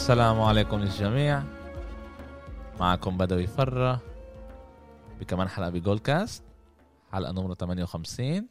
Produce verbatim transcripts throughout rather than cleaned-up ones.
السلام عليكم للجميع. معكم بدوي فرة بكمان حلقة بجول كاست، حلقة نمرة ثمانية وخمسين.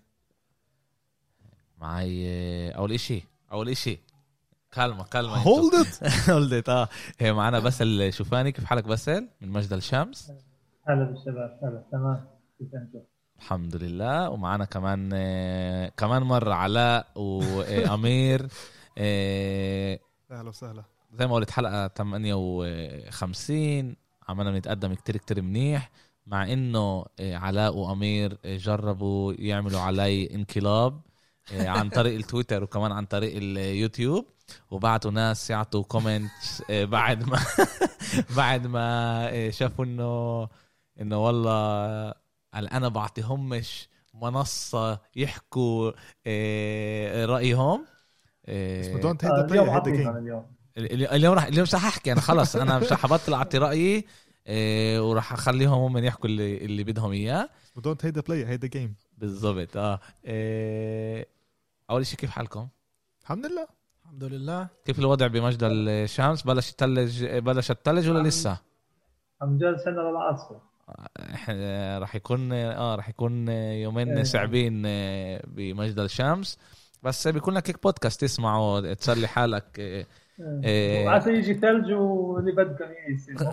معي أول إشي أول إشي كلمة كلمة hold it hold it آه هي معنا باسل شوفاني. كيف حالك باسل من مجد الشمس؟ هلا بالشباب. هلا تمام، كيف انتم؟ الحمد لله. ومعنا كمان كمان مرة علاء وأمير. أهلا وسهلا. زي ما قلت حلقة ثمانية وخمسين، عملنا نتقدم كتير كتير منيح، مع انه علاء وأمير جربوا يعملوا علي انقلاب عن طريق التويتر وكمان عن طريق اليوتيوب، وبعتوا ناس يعطوا كومنت بعد ما بعد ما شافوا انه انه والله انا بعطيهمش منصة يحكوا رأيهم. دونت هيدا بلاي هيدا جيم. اليوم راح اليوم مش راح احكي انا خلص، انا مش راح ابطل اعطي رايي إيه، وراح اخليهم هم يحكوا اللي اللي بدهم اياه. دونت هيدا بلاي هيدا جيم بالضبط. اه إيه، اول شيء كيف حالكم؟ الحمد لله الحمد لله. كيف الوضع بمجد الشمس؟ بلش الثلج بلش الثلج ولا لسه؟ عم جال سنة للعصر. احنا راح يكون اه راح يكون يومين صعبين بمجد الشمس، بس بيكون لك هيك بودكاست تسمعه تسلي حالك. إيه عسى يجي ثلج واللي بدكم يصير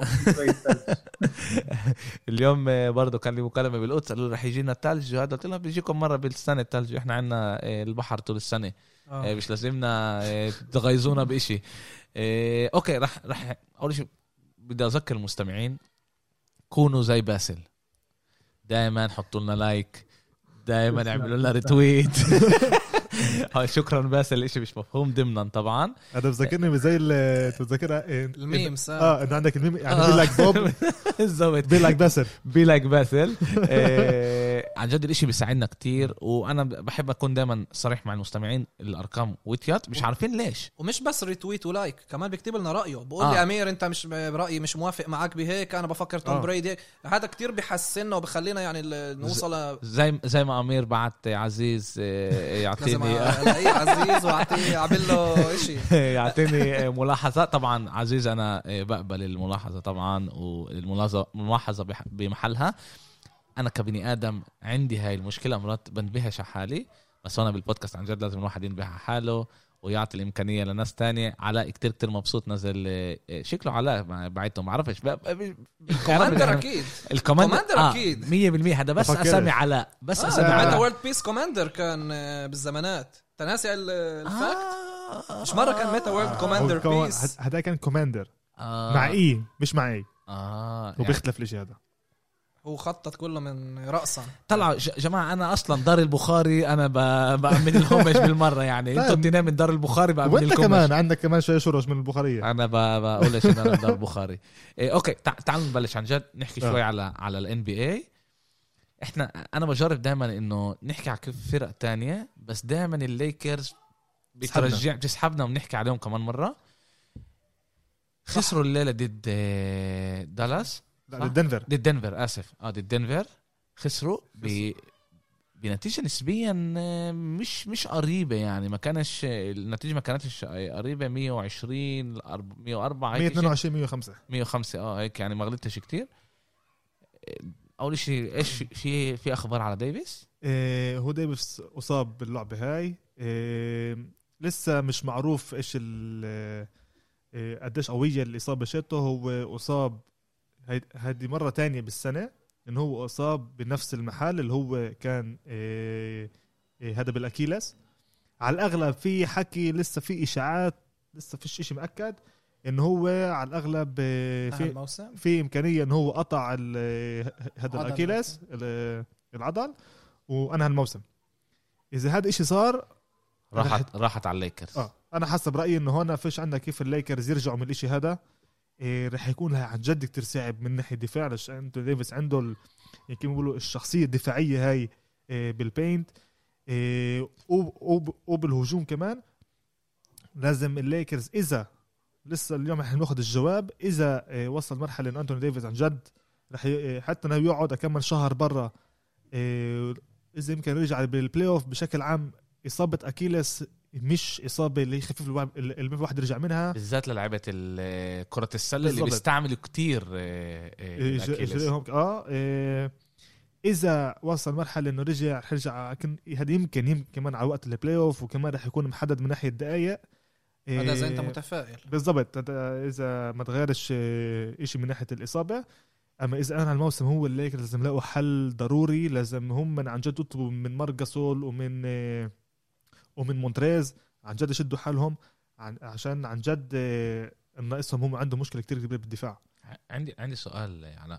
اليوم برضو كان لي مكالمة بالقدس قالوا رح يجينا الثلج، وهذا قلت لهم بيجيكم مرة بالسنة الثلج، احنا عندنا البحر طول السنة. آه. مش لازمنا تغيظونا بإشي. اوكي رح رح اول شيء بدي اذكر المستمعين كونوا زي باسل، دائما حطوا لنا لايك، دائما اعملوا لنا ريتويت. شكرا باسل، الاشي مش مفهوم ضمنا طبعا. انا بذكرني زي اللي تتذكرها الميم اه انه عندك الميم يعني بي لايك بوب بالضبط، بي لايك باسل بي لايك باسل. عن جد الاشي بيساعدنا كتير، وانا بحب اكون دائما صريح مع المستمعين. الارقام ويتيات مش عارفين ليش، ومش بس ريتويت ولايك، كمان بيكتب لنا رايه، بقول آه. لي امير انت مش برايي مش موافق معك بهيك، انا بفكر توم آه. بريدي. هذا كتير بيحسننا وبخلينا يعني نوصل زي زي ما امير بعت عزيز يعطيني الاقي عزيز واعطيه اعمل له شيء يعطيني ملاحظات. طبعا عزيز انا بقبل الملاحظه طبعا، والملاحظه بمحلها. انا كبني ادم عندي هاي المشكله، مرات بنبهش على حالي، بس انا بالبودكاست عن جد لازم الواحد ينبه على حاله ويعطي الامكانيه لناس تانية. علاء كتير كتير مبسوط نزل شكله علاء بعته، ما اعرفش كوماندر اكيد الكوماندر آه اكيد مية بالمية. هذا بس اسامي علاء، بس آه اسامي علاء. علاء وورلد بيس كوماندر كان بالزمانات تناسي الفاكت. آه مش مره كان ميتا وورلد كوماندر بيس، هذا كان كوماندر آه مع ايه مش مع ايه اه وبيختلف الاشي هذا. هو خطط كله من رأسا. طلعوا جماعة أنا أصلا دار البخاري أنا بأمن لهم مش بالمرة يعني. أنتوا تنام من دار البخاري بأمن لكم. وأنت كمان عندك كمان شوية شرش من البخارية. أنا بقول إيش إن أنا دار البخاري. إيه أوكي تعالوا نبلش عن جد نحكي آه. شوي على على ال إن بي إيه. إحنا أنا بجرب دائما إنه نحكي على كيف فرق تانية، بس دائما الليكرز بترجع بتسحبنا ونحكي عليهم كمان مرة. خسروا الليلة ضد دالاس، ضد دنفر ضد دنفر آسف اه ضد دنفر خسروا ب... بنتيجة نسبيا مش مش قريبة يعني. ما كانش النتيجة ما كانتش قريبة. مية وعشرين مية وأربعة مية واثنين وعشرين مية وخمسة مية وخمسة اه هيك يعني، ما غلطتش كتير. اول شيء ايش في في اخبار على ديفيس؟ إيه هو ديفيس اصاب باللعبة هاي. إيه لسه مش معروف ايش ال قديش قوية الإصابة شته. هو أصاب هذه مرة تانية بالسنة، إنه هو أصاب بنفس المحل اللي هو كان إيه إيه هذا بالأكيلس. على الأغلب في حكي لسه في إشاعات لسه فيش إشي مؤكد إنه هو على الأغلب في في إمكانية إنه هو قطع هذا الأكيلس العضل وأنهى الموسم. إذا هذا إشي صار راحت راحت على الليكرز. اه انا حسب رايي انه هنا فيش عندك كيف الليكرز يرجعوا من الاشي هذا. إيه رح يكون لها عن جد كتير صعب من ناحيه دفاع، لش انتو ديفيس عنده ال... يعني كيف بيقولوا الشخصيه الدفاعيه هاي إيه بالبينت إيه وب... وبالهجوم كمان. لازم الليكرز اذا لسه اليوم رح ناخذ الجواب اذا إيه وصل مرحله ان انتوني ديفيس عن جد رح ي... حتى انه يقعد كم شهر برا. إيه اذا يمكن يرجع بالبلاي اوف بشكل عام. إصابة أكيلس مش اصابه اللي يخفف الواحد اللي الواحد يرجع منها بالذات للعبة ال- كرة السلة اللي بالضبط. بيستعملوا كتير آه، آه، الأكيليس. يجريهم اه إيه، اذا وصل مرحله انه رجع رجع لكن هذا يمكن يمكن كمان على وقت البلاي اوف وكمان رح يكون محدد من ناحيه دقائق. هذا اذا إيه، انت متفائل. بالضبط، هذا اذا ما تغيرش إيه، إشي من ناحيه الاصابه. اما اذا انا الموسم هو الليكرز لازم يلاقوا حل ضروري، لازم هم من عن جد يطلبوا من مارغاسول ومن إيه، ومن مونتريز عن جد يشدوا حالهم عن عشان عن جد إيه، ناقصهم. هم عندهم مشكله كتير كبيره بالدفاع. عندي عندي سؤال علاء،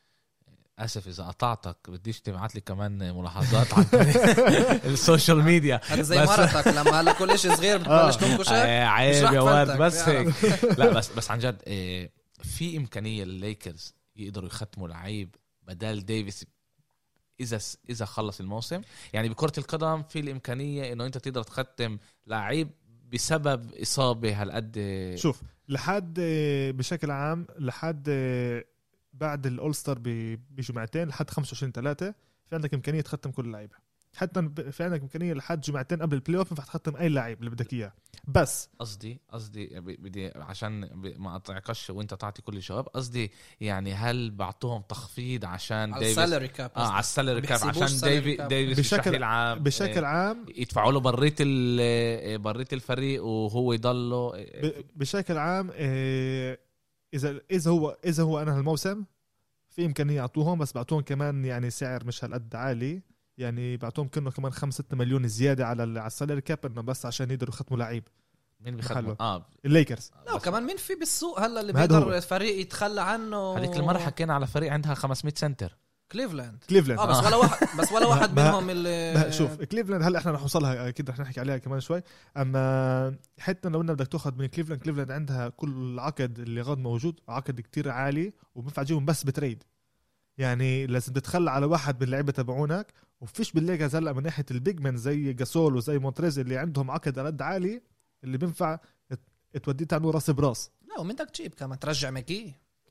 اسف اذا قطعتك، بديش تبعت لي كمان ملاحظات عن السوشيال ميديا. هذا زي بس- مرتك لما هلا كل شيء صغير بتبلش تنكشك. آه، عيب اشرح يا واد، فلتك، بس هيك. بيعرف. لا بس بس عن جد آه، في امكانيه للليكرز يقدروا يختموا لعيب بدال ديفيس اذا اذا خلص الموسم. يعني بكره القدم في الامكانيه انه انت تقدر تختم لعيب بسبب اصابه هالقد. شوف لحد آه، بشكل عام لحد آه، بعد الاولستر بجمعتين لحد خمسة وعشرين ثلاثة في عندك امكانيه تختم كل اللعيبه. حتى في عندك امكانيه لحد جمعتين قبل البلاي اوف ينفع تختم اي لاعب اللي بدك اياه. بس قصدي قصدي ب- بدي عشان ب- ما اقطعكش وانت تعطي كل الجواب. قصدي يعني هل بعطوهم تخفيض عشان على ديفيس السالري كاب. اه على السالري كاب بيحسبوش عشان salary ديفي cap. ديفيس بشكل- بشكل يلعب بشكل آه، عام يدفعوا له بريت ال- بريت الفريق وهو يضله. ب- بشكل عام آه، اذا اذا هو اذا هو انا هالموسم في امكانيه يعطوهم، بس بعطوهم كمان يعني سعر مش هالقد عالي. يعني بعطوهم كانه كمان خمسة ستة مليون زياده على ال- على السالري كاب انه بس عشان يقدروا يختموا لعيب. مين بيخدمه؟ محله. اه الليكرز لا وكمان مين في بالسوق هلا اللي ما هذا بيقدر هو. الفريق يتخلى عنه؟ هذيك المره حكينا على فريق عندها خمسمية سنتر. كليفلاند. كليفلاند. اه بس آه. ولا واحد بس ولا واحد ما- منهم اللي ما- شوف كليفلاند هلا احنا رح نوصلها اكيد رح نحكي عليها كمان شوي. اما حتى لو انك بدك تاخذ من كليفلاند كليفلاند عندها كل عقد اللي غاد موجود عقد كتير عالي وبنفع تجيبهم بس بتريد. يعني لازم تتخلى على واحد من اللعيبه تبعونك. وفيش بالليجا هلا من ناحيه البيج مان زي جاسول وزي مونتريز اللي عندهم عقد قد عالي اللي بينفع ت- توديه تعنو راس براس. لا ومين بدك تجيب كمان ترجع ماكي؟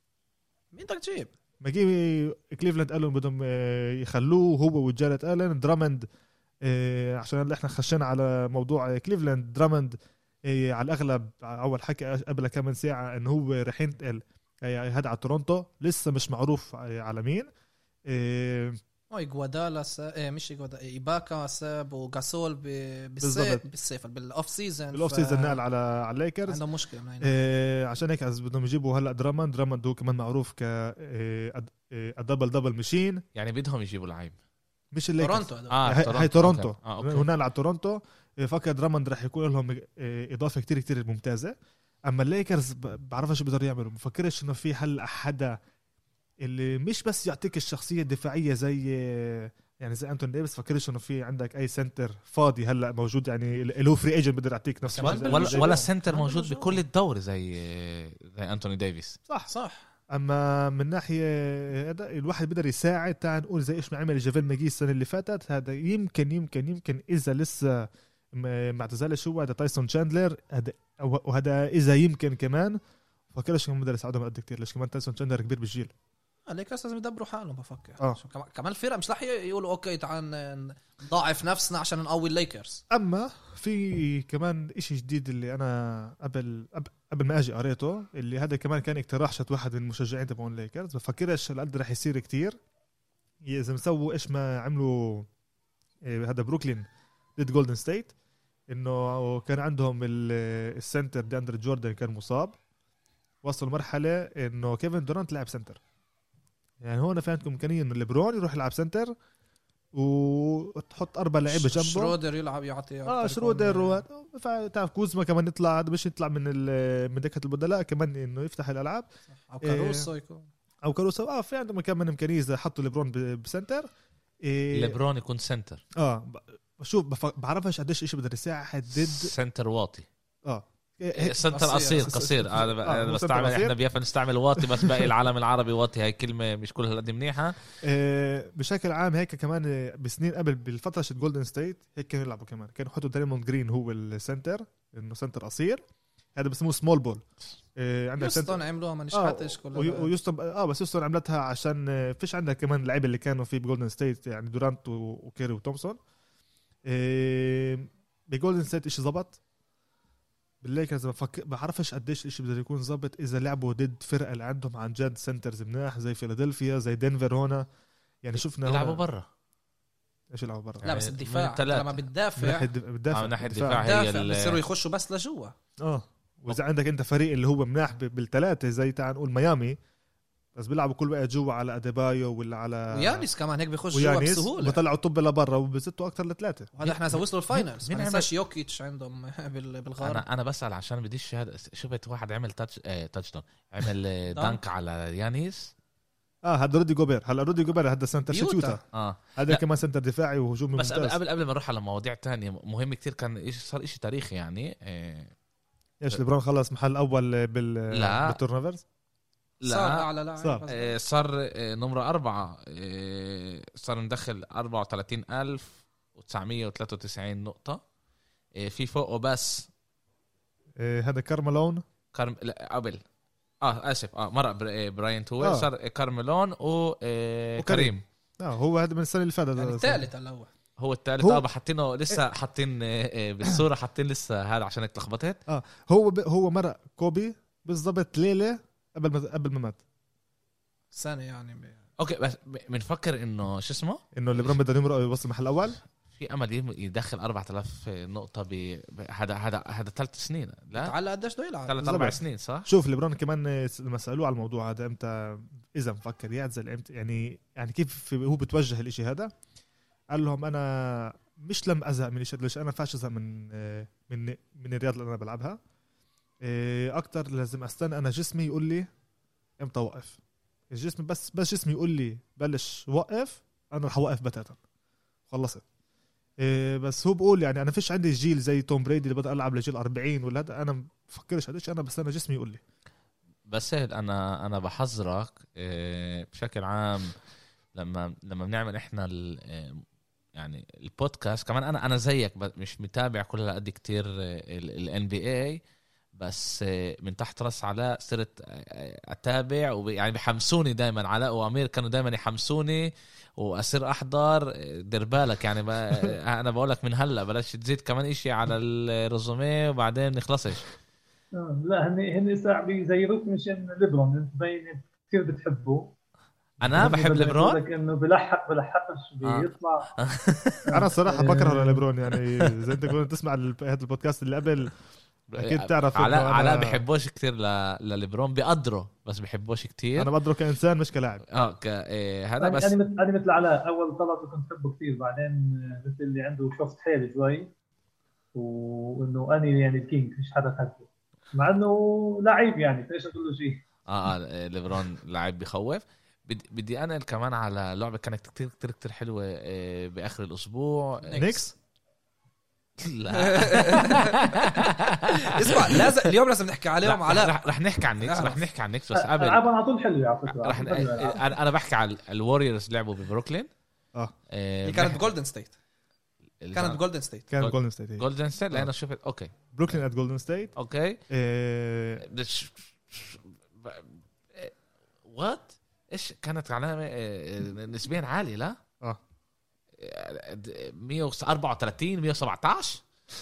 مين بدك تجيب؟ ما جي كليفلاند قالوا بدهم آه، يخلوه هو وجاريت آلن. درامند آه، عشان اللي احنا خشينا على موضوع كليفلاند درامند آه، على الاغلب اول حكي قبل كم ساعه انه هو رح ينتقل آه، هذا على تورونتو. لسه مش معروف آه، على مين. آه، او إيغوادالا سا... إيه مش إيغوادالا إيباكا ساب وغاسول ب... بالصيف بالضبط. بالصيف بالاوف سيزون بالاوف سيزون نقل على على الليكرز. عندهم مشكله من هنا. آه، عشان هيك عز- بدهم يجيبوا هلا درامند. درامند هو كمان معروف ك الدبل دبل ماشين. يعني بدهم يجيبوا لعيب. مش الليكرز تورونتو هذول. اه هاي هاي تورونتو. أوكي. آه، أوكي. هنا على تورونتو. فكر درامند رح يكون لهم آه، اضافه كتير كتير ممتازه. اما الليكرز ب- بعرفش شو بيقدروا يعملوا. بفكرش انه في حل حدا اللي مش بس يعطيك الشخصيه الدفاعيه زي آه، يعني زي انتون ديفيس. فكرش انه في عندك اي سنتر فاضي هلا موجود يعني اللي هو فري ايجنت بده يعطيك نفس كمان الشيء. ولا زي- ولا زي- السنتر كمان موجود بالجو. بكل الدوري زي زي انتوني ديفيس. صح. صح. اما من ناحيه هذا الواحد بيقدر يساعد. تعال نقول زي ايش ما عمل جافيل ماجي السنه اللي فاتت. هذا يمكن يمكن يمكن اذا لسه ما ما اعتزلش هو هذا تايسون شاندلر. هذا وهذا اذا يمكن كمان فكرش كمان بقدر يساعدهم قد كتير. ليش كمان تايسون شاندلر كبير بالجيل. الليكرز لازم يدبروا حالهم بفكر. آه. شو كمان كمان الفرق مش رح يقولوا اوكي تعال نضاعف نفسنا عشان نقوي الليكرز. اما في كمان اشي جديد اللي انا قبل قبل- قبل ما اجي قريته اللي هذا كمان كان اقتراح شت واحد من المشجعين تبعون الليكرز. بفكرش هالقد رح يصير كتير اذا مسووا ايش ما عملوا إيه، هذا بروكلين ضد جولدن ستيت. انه كان عندهم ال- السنتر دي اندر جوردن كان مصاب. وصلوا مرحله انه كيفن دورانت لعب سنتر. يعني هون في عندكم امكانيه انه ليبرون يروح يلعب سنتر وتحط اربع لعيبه جنبه. شرودر يلعب يعطي اه شرودر و... تعرف كوزما كمان يطلع مش يطلع من ال... من دكه البدلاء كمان انه يفتح الالعاب. او كاروسو يكون او كاروسو اه في عندهم كمان امكانيه اذا حطوا ليبرون ب... بسنتر. إيه... ليبرون يكون سنتر. اه ب... بشوف بف... بعرفش قديش ايش بقدر يساعد ضد سنتر واطي. اه سنتر قصير. قصير قصير. آه، انا هو بستعمل سنتر قصير. احنا بيافا نستعمل واطي بس باقي العالم العربي واطي هاي كلمه مش كلها قد منيحه. آه بشكل عام هيك كمان آه، بسنين قبل بالفتره شت جولدن ستيت هيك كانوا يلعبوا كمان. كانوا يحطوا دريموند جرين هو السنتر انه سنتر قصير. هذا بسموه سمول بول. آه عندك يوستون عملوها ما آه نجحتش كلها. وي- ويوستون اه بس يوستون عملتها عشان آه، فيش عندك كمان اللعيبه اللي كانوا في بجولدن ستيت يعني دورانت و- وكيري وتومسون. آه بجولدن ستيت إشي زبط، بالليكرز بفكر بعرفش قديش إشي بده يكون زبط إذا لعبوا ضد فرقة اللي عندهم عن جد سنترز مناح زي فيلادلفيا زي دنفر هنا. يعني شفنا يلعبوا برا. إيش يلعبوا برا؟ لا بس الدفاع لما بتدافع بتدافع ناحية الدفاع هي بيصيروا يخشوا بس لجوا. اه وإذا عندك أنت فريق اللي هو مناح بالثلاثة زي تعال نقول ميامي، بس بيلعبوا كل وقت جوا على أديبايو ولا على ويانيس كمان هيك بيخش جوا بسهولة، بيطلعوا طب لبرا وبزتوا أكتر لثلاثة. وهذا احنا إذا وصلوا الفاينلز مين ما ننساش يوكيتش عندهم بالغار. انا انا بسال عشان بديش هذا. شفت واحد عمل تاتش اه تاتش داون عمل دانك على يانيس. اه هذا رودي جوبير. هلا رودي جوبير هذا سنتر شوتر اه هذا كمان سنتر دفاعي وهجومي بس ممتاز. قبل قبل ما نروح على مواضيع تانية مهم كتير كان إيش صار إشي تاريخي يعني اه ايش ليبرون خلص محل اول بال لا. بالتورنوفرز. لا صار اعلى لاعب صار, اه صار اه نمرة أربعة. اه صار مدخل أربعة وثلاثين ألف وتسعمية وثلاثة وتسعين نقطة. اه في فوقه بس إيه هذا كارمالون كارم لا قبل اه اسف اه مرق براين تويل آه. صار كارميلون و اه كريم. اه هو هذا من السنه اللي فاتت يعني الثالث الاول هو الثالث. اه حاطينه لسه حاطين بالصوره حاطين لسه هذا عشان اتلخبطت. اه هو ب... هو مرق كوبي بالضبط ليله قبل ما قبل ما مات سنه يعني ب... اوكي بس بنفكر انه شو اسمه انه ليبرون بده يمرق يوصل محل اول. في امل يدخل أربعة آلاف نقطه ب هذا هذا هذا ثلاث سنين. لا على قديش بده يلعب ثلاث اربع سنين صح. شوف ليبرون كمان لما سالوه على الموضوع هذا امتى اذا مفكر يعزل امتى يعني يعني كيف هو بتوجه الاشي هذا. قال لهم انا مش لم ازهق من الشيء ليش انا فاش ازهق من من من الرياضه اللي انا بلعبها اكتر. لازم استنى انا جسمي يقول لي امتى اوقف. الجسم بس بس جسمي يقول لي بلش وقف انا رح اوقف بتاتا خلصت. بس هو بقول يعني انا فيش عندي جيل زي توم بريدي اللي بدأ العب لجيل أربعين ولا هذا. انا بفكرش قديش انا بس انا جسمي يقول لي. بس انا انا بحذرك بشكل عام لما لما بنعمل احنا يعني البودكاست كمان. انا انا زيك مش متابع كل قد كتير الان بي اي بس من تحت راس علاء صرت اتابع ويعني بحمسوني دايما. علاء وامير كانوا دايما يحمسوني واصير احضر. دير بالك يعني انا بقولك من هلا بلاش تزيد كمان اشي على الرزوميه وبعدين نخلصش. لا هن هن ساعة بيزيروك مشان ليبرون انت باين كثير بتحبه. انا بحب ليبرون لك انه بلحق بلحقش بيطلع. انا صراحه بكره ليبرون يعني زي انت كنت تسمع هذا البودكاست اللي قبل اكيد تعرف. علاء علاء بحبوش كتير لليبرون بيقدره بس بحبوش كتير. انا بقدره كانسان مش كلاعب. اه ك إيه هذا يعني بس انا مثل انا مثل علاء اول طلعت كنت بحبه كتير بعدين مثل اللي عنده شفت حيل شوي وانه اني يعني الكينج مش حدا خلفه مع انه لعيب يعني فايش اقول له شيء. اه اه ليبرون لاعب بيخوف. بدي بدي انقل كمان على لعبه كانت كتير كتير كتير حلوه إيه باخر الاسبوع. نيكس لا اسمع لازم اليوم لازم نحكي عليهم. على رح, رح نحكي عن نيكس رح نحكي عن نيكس بس قبل العاب على طول حلوه على فكره. رح انا انا بحكي على الوريورز لعبوا ببروكلين. اه اللي كانت بجولدن ستيت. كانت بجولدن ستيت كان جولدن ستيت جولدن ستيت لأنه شفت اوكي بروكلين ات جولدن ستيت اوكي إيه... وات ايش كانت علامه نسبيا عاليه لا اه مية وأربعة وثلاثين مية وسبعتاشر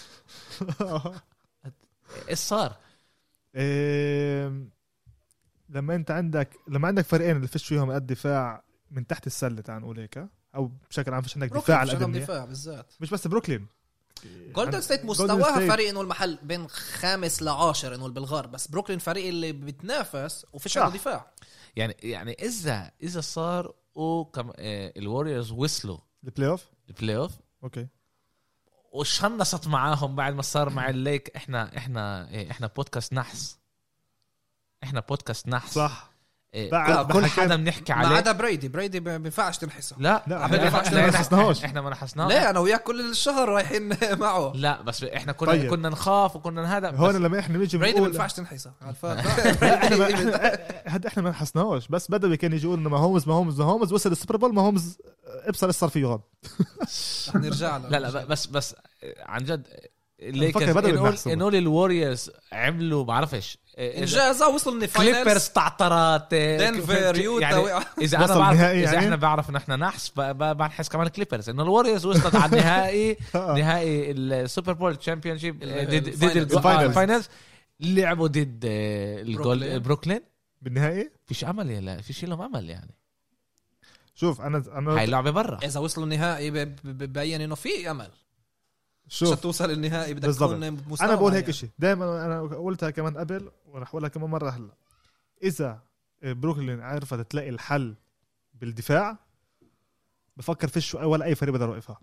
ايش صار؟ إيه... لما انت عندك لما عندك فريقين اللي فيش فيهم قد دفاع من تحت السله تعال نقول هيك او بشكل عام فيش عندك دفاع على قد دفاع بالذات. مش بس بروكلين جولدن ستيت مستواها فريق انه المحل بين خامس لعاشر انه بالغرب بس بروكلين فريق اللي بتنافس وفيش عنده دفاع. يعني يعني اذا اذا صار وكم آه الوريورز وصلوا البلاي اوف البلاي اوف اوكي وشنصت معاهم بعد ما صار مع الليك. احنا احنا احنا بودكاست نحس احنا بودكاست نحس صح. إيه كل حدا بنحكي عليه ما عدا بريدي. بريدي ما بينفعش تنحسه. لا لا احنا ما نحسناهوش. احنا ما نحسناه. لا انا وياك كل الشهر رايحين معه. لا بس احنا كنا طيب. كنا نخاف وكنا هذا هون لما احنا نيجي بريدي ما ينفعش تنحسه عارفه. هذا احنا ما نحسناهوش بس بدوي كان يجي يقول انه ما هومز ما هومز ما هومز وصل السوبر بول ما هومز ابصر ايش صار فيه غاد. نرجع له. لا لا بس بس عن جد الليكرز بدأوا نقول ينحسبوا. نقول الوريورز عملوا بعرفش انجاز وصلوا كليبرز للفاينلز تعترات دنفر يوتا يعني وقع. اذا انا وصل بعرف نهائي اذا يعني؟ احنا بعرف ان احنا نحس ب- ب- بنحس كمان كليبرز انه الوريورز وصلت على النهائي نهائي السوبر بول تشامبيون شيب ال- ضد الفاينلز. ضد الفاينلز لعبوا ضد آه، الجول بروكلين. بروكلين بالنهائي. فيش امل يلا فيش لهم امل يعني شوف انا هاي انا اللعبه برا اذا وصلوا النهائي ب- ب- ببين انه في امل. عشان شوف توصل النهائي بدك بالضبط. تكون مستوى انا بقول معين. هيك شيء دائما، انا قلتها كمان قبل ورح اقولها كمان مره هلا. اذا بروكلين عرفت تلاقي الحل بالدفاع بفكر فيش ولا اي فريق بده يوقفها.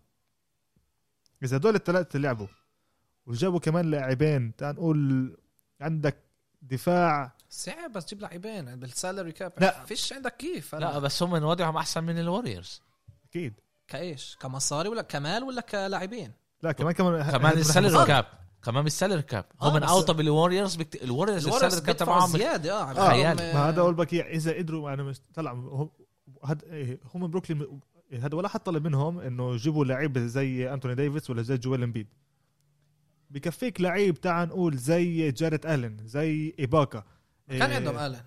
اذا هدول الثلاثه لعبوا وجابوا كمان لاعبين تعال نقول عندك دفاع صعب بس تجيب لاعبين بالسالري كاب. لا. فيش عندك كيف. لا بس هم من وضعهم احسن من الوريورز اكيد. كايش كمصاري ولا كمال ولا كلاعبين. لا كمان كمان كمان السالري كاب كمان السالري كاب هم آه، من بس- اوطى بالوريورز بكت... الوريورز الوريورز السالري كاب بيدفعوا تبعهم زياده اه آه، خيالي. ما هذا اقول لك إياه، اذا قدروا انا مش طلع هم هاد إيه، هم بروكلين هذا ولا حد طلب منهم انه يجيبوا لعيب زي انتوني ديفيس ولا زي جويل امبيد. بكفيك لعيب تعال نقول زي جاريت الين زي ايباكا. كان إيه، عندهم الن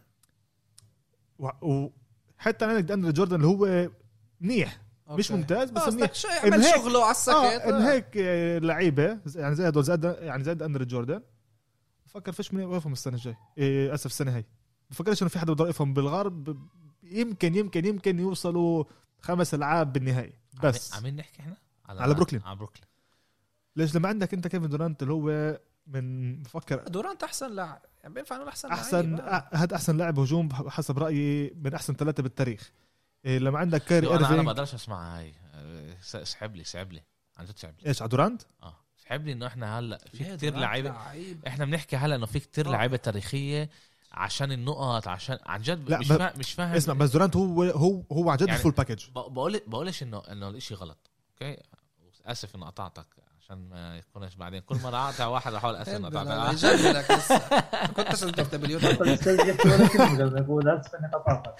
و- وحتى عندك اندري جوردن اللي هو منيح مش أوكي. ممتاز بس آه، منيح. بدك شيء إن يعمل هيك- شغله على السكت. اه ان آه. هيك آه، لعيبه يعني زي هدول زاد يعني زاد اندري جوردن بفكر فيش من يوقفهم السنه الجاي. إيه اسف السنه هاي بفكرش انه في حدا بده يوقفهم بالغرب. يمكن يمكن يمكن يوصلوا خمس العاب بالنهائي بس. عم نحكي احنا على بروكلين. على بروكلين ليش لما عندك انت كيفن دورانت اللي هو من بفكر دورانت احسن لاعب يعني بينفع نقول احسن احسن لعيب. آه. أ- هذا احسن لاعب هجوم حسب رايي من احسن ثلاثه بالتاريخ. إيه لما عندك كايري انا انا ايرفينج بقدرش اسمعها هاي أه، س- اسحب لي اسحب لي عن جد اسحب لي ايش على دورانت. اه اسحب لي انه احنا هلا في ليه كتير دورانت لعيبه لعيب؟ احنا بنحكي هلا انه في كتير آه. لعيبه تاريخيه عشان النقط عشان عن جد لا، مش ب- فاهم مش فاهم اسمع بس دورانت هو هو هو عن جد يعني- الفول باكج. ب- بقول بقولش انه انه الاشي غلط اوكي اسف انه قطعتك عشان ما يكونش بعدين كل مره اقطع واحد احاول اسف انه لا، قطعتك يجننك لسه. كنتش تكتب اليوتيوب. طب الاستاذ يحكي ولا كلمه قبل ما يقول اسف اني قطعتك.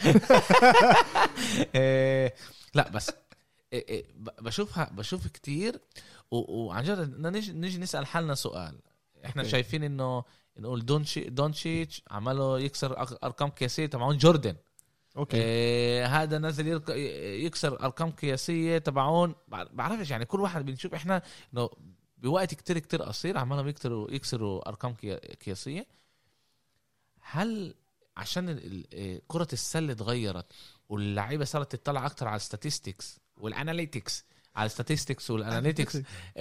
إيه، لا بس إيه، إيه، ب- بشوفها بشوف كتير و- وعن جد بدنا نيجي نيجي نسال حالنا سؤال. احنا أوكي. شايفين انه نقول دونشي دونتشيتش عمله يكسر أر- ارقام قياسيه تبعون جوردن. اوكي إيه هذا نزل يرك- يكسر ارقام قياسيه تبعون بع- بعرفش يعني كل واحد بنشوف احنا انه بوقت كتير كتير قصير عمالهم يكسروا يكسروا ارقام قيا- قياسيه. هل عشان ال- ال- إيه، كرة السلة تغيرت واللعيبة صارت تطلع أكتر على الستاتستكس والأناليتكس على الستاتستكس والأناليتكس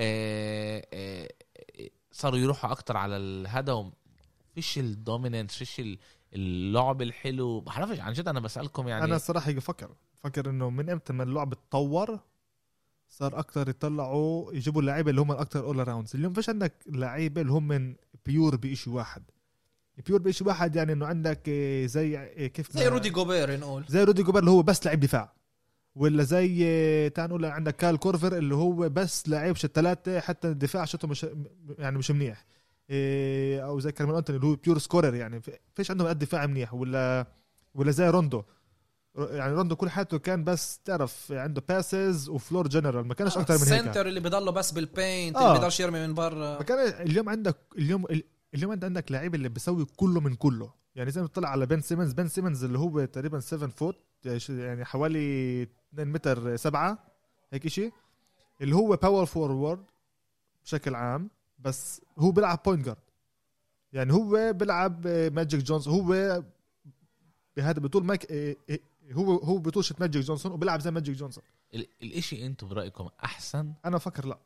آه، آه، صاروا يروحوا أكتر على الهدف فيش الدوميننت فيش ال- اللعب الحلو بعرفش عن جد أنا بسألكم يعني انا الصراحه بفكر فكر انه من امتى ما اللعب اتطور صار اكتر يطلعوا يجيبوا اللعيبه اللي هم الاكتر اول راوندز. اليوم فيش عندك لعيبه اللي هم من بيور بشيء واحد. بيور بشيء واحد يعني انه عندك إيه، زي إيه، كيف زي ما- رودي جوبير نقول. زي رودي جوبر اللي هو بس لعيب دفاع، ولا زي إيه، تعال نقول عندك كال كورفر اللي هو بس لعيب شت ثلاثه حتى الدفاع شته مش يعني مش منيح. إيه، او زي كارميلو انتوني اللي هو بيور سكورر يعني فيش عنده قد دفاع منيح، ولا ولا زي روندو يعني روندو كل حياته كان بس تعرف عنده باسز وفلور جنرال ما كانش اكتر من هيك. السنتر اللي بضله بس بالبينت آه. اللي بيقدرش يرمي من برا. ما كان اليوم عندك اليوم اليوم انت عندك لعيب اللي بيسوي كله من كله. يعني زي ما بتطلع على بن سيمنز بن سيمنز اللي هو تقريبا سبعة فوت يعني حوالي اثنين متر سبعة هيك شيء، اللي هو باور فورورد بشكل عام بس هو بيلعب بوينت جارد. يعني هو بيلعب ماجيك جونسون هو بهذا بطول ماك هو هو بطولة ماجيك جونسون وبيلعب زي ماجيك جونسون. ال- الاشي انتو برأيكم احسن انا بفكر لا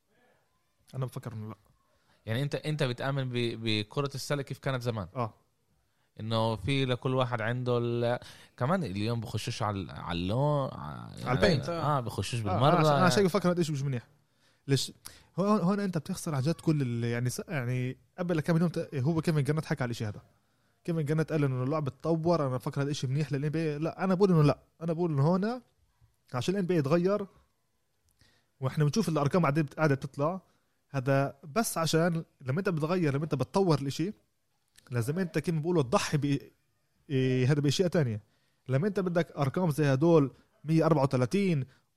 انا بفكر انه لا. يعني انت انت بتآمن ب- بكرة السلة كيف كانت زمان اه انه في لكل واحد عنده ال... كمان اليوم بخشوش على على اللون على البينت. اه بخشوش آه، بالمرة انا انا شايف بفكر قديش مش منيح. ليش هون هون انت بتخسر عن جد كل ال... يعني س... يعني قبل كم يوم ت... هو كيفن جنت حكى على الشيء هذا. كيفن جنت قال انه اللعبه تطور. انا بفكر هذا الشيء منيح للان بي. لا انا بقول انه لا انا بقول انه هون عشان الان بي يتغير واحنا بنشوف الارقام قاعده قاعده بتطلع هذا بس عشان لما انت بتغير لما انت بتطور الاشي لازم انت كيف بيقولوا تضحي ب إيه هذا باشياء تانية. لما انت بدك ارقام زي هدول مية وأربعة وثلاثين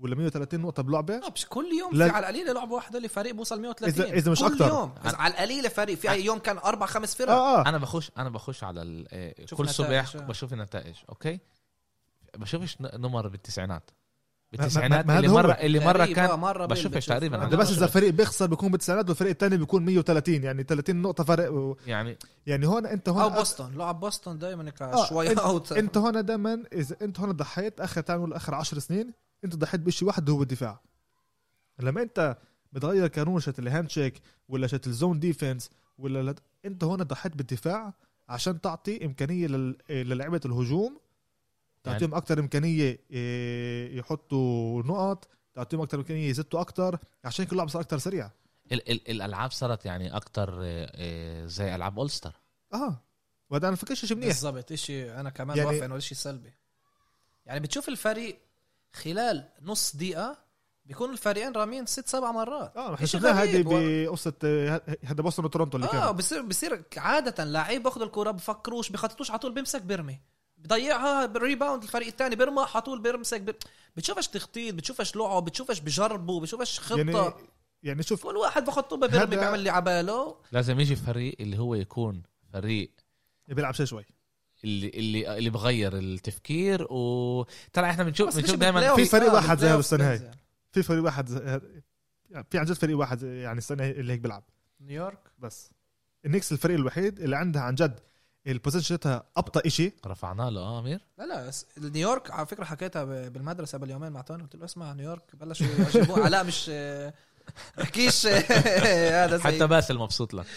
ولا مية وثلاثين نقطة بلعبة. لا مش كل يوم لا. في على القليلة لعبة واحدة اللي فريق بوصل مية وثلاثين إذا, إذا مش كل أكتر يوم. إذا على القليلة فريق في أي يوم كان أربع خمس فرق. آه آه. انا بخش انا بخش على ال- آه، شوف كل النتائج. صبح بشوف النتائج. اوكي بشوفش ن- نمر بالتسعينات ما- بالتسعينات ما اللي هذا هو. مره اللي مره تقريبا كان مرة بشوفش بيل- تقريبا. بشوف. أنا ده بس بشوف- إذا فريق بيخسر بيكون بالتسعينات والفريق الثاني بيكون مية وثلاثين يعني ثلاثين نقطة فرق و... يعني يعني هون أنت هون أو بوسطن لعب بوسطن دايما آه، شوي انت, أوت. انت هون دائما اذا انت هون ضحيت اخر تعمل اخر عشر سنين انت ضحيت بشيء واحد هو الدفاع. لما انت بتغير قانون شت الهاند شيك ولا شت الزون ديفنس ولا لا، انت هون ضحيت بالدفاع عشان تعطي امكانيه لل- للاعيبه الهجوم، تعطيهم يعني اكثر امكانيه إيه، يحطوا نقط، تعطيهم اكثر امكانيه يزتوا اكثر عشان كل لعبه صار اكثر سريع. ال- ال- الالعاب صارت يعني اكتر آه، آه، زي العاب اولستر. اه وهذا انا فكرش شيء منيح. بالضبط إشي أنا كمان يعني- بوافق إنه إشي سلبي. يعني بتشوف الفريق خلال نص دقيقة بيكون الفريقين رامين ست سبع مرات. اه احنا إشي شفناها هذه غريب. بقصه آه، هذا بوسطن وتورونتو اللي اه كان بصير بصير عادة لعيب باخذ الكرة بفكروش بخططوش على طول بيمسك برمي بضيعها بالريباوند الفريق الثاني بيرمى على طول بيمسك بر... بتشوفش تخطيط بتشوفش لعب بتشوفش بجربوا بتشوفش خطة يعني يعني شوف كل واحد باخذ طوبة برمي هذا- بيعمل اللي عباله. لازم يجي فريق اللي هو يكون فريق بيلعب شيء شوي. اللي اللي اللي بغير التفكير. وترى احنا بنشوف بس بنشوف مش دائما بالبلاي في أوف. فريق آه، واحد بالبلاي زي أوف السنة هاي. بنزل. في فريق واحد في عن جد فريق واحد يعني السنه اللي هيك بيلعب نيويورك بس. النكس الفريق الوحيد اللي عندها عن جد البوزيشن تاعها ابطا إشي. رفعنا له اه امير. لا لا س- نيويورك على فكرة حكيتها ب- بالمدرسة قبل يومين مع توني قلت له اسمع نيويورك بلشوا يجيبوه علاء مش احكيش هذا زي حتى باسل مبسوط لك.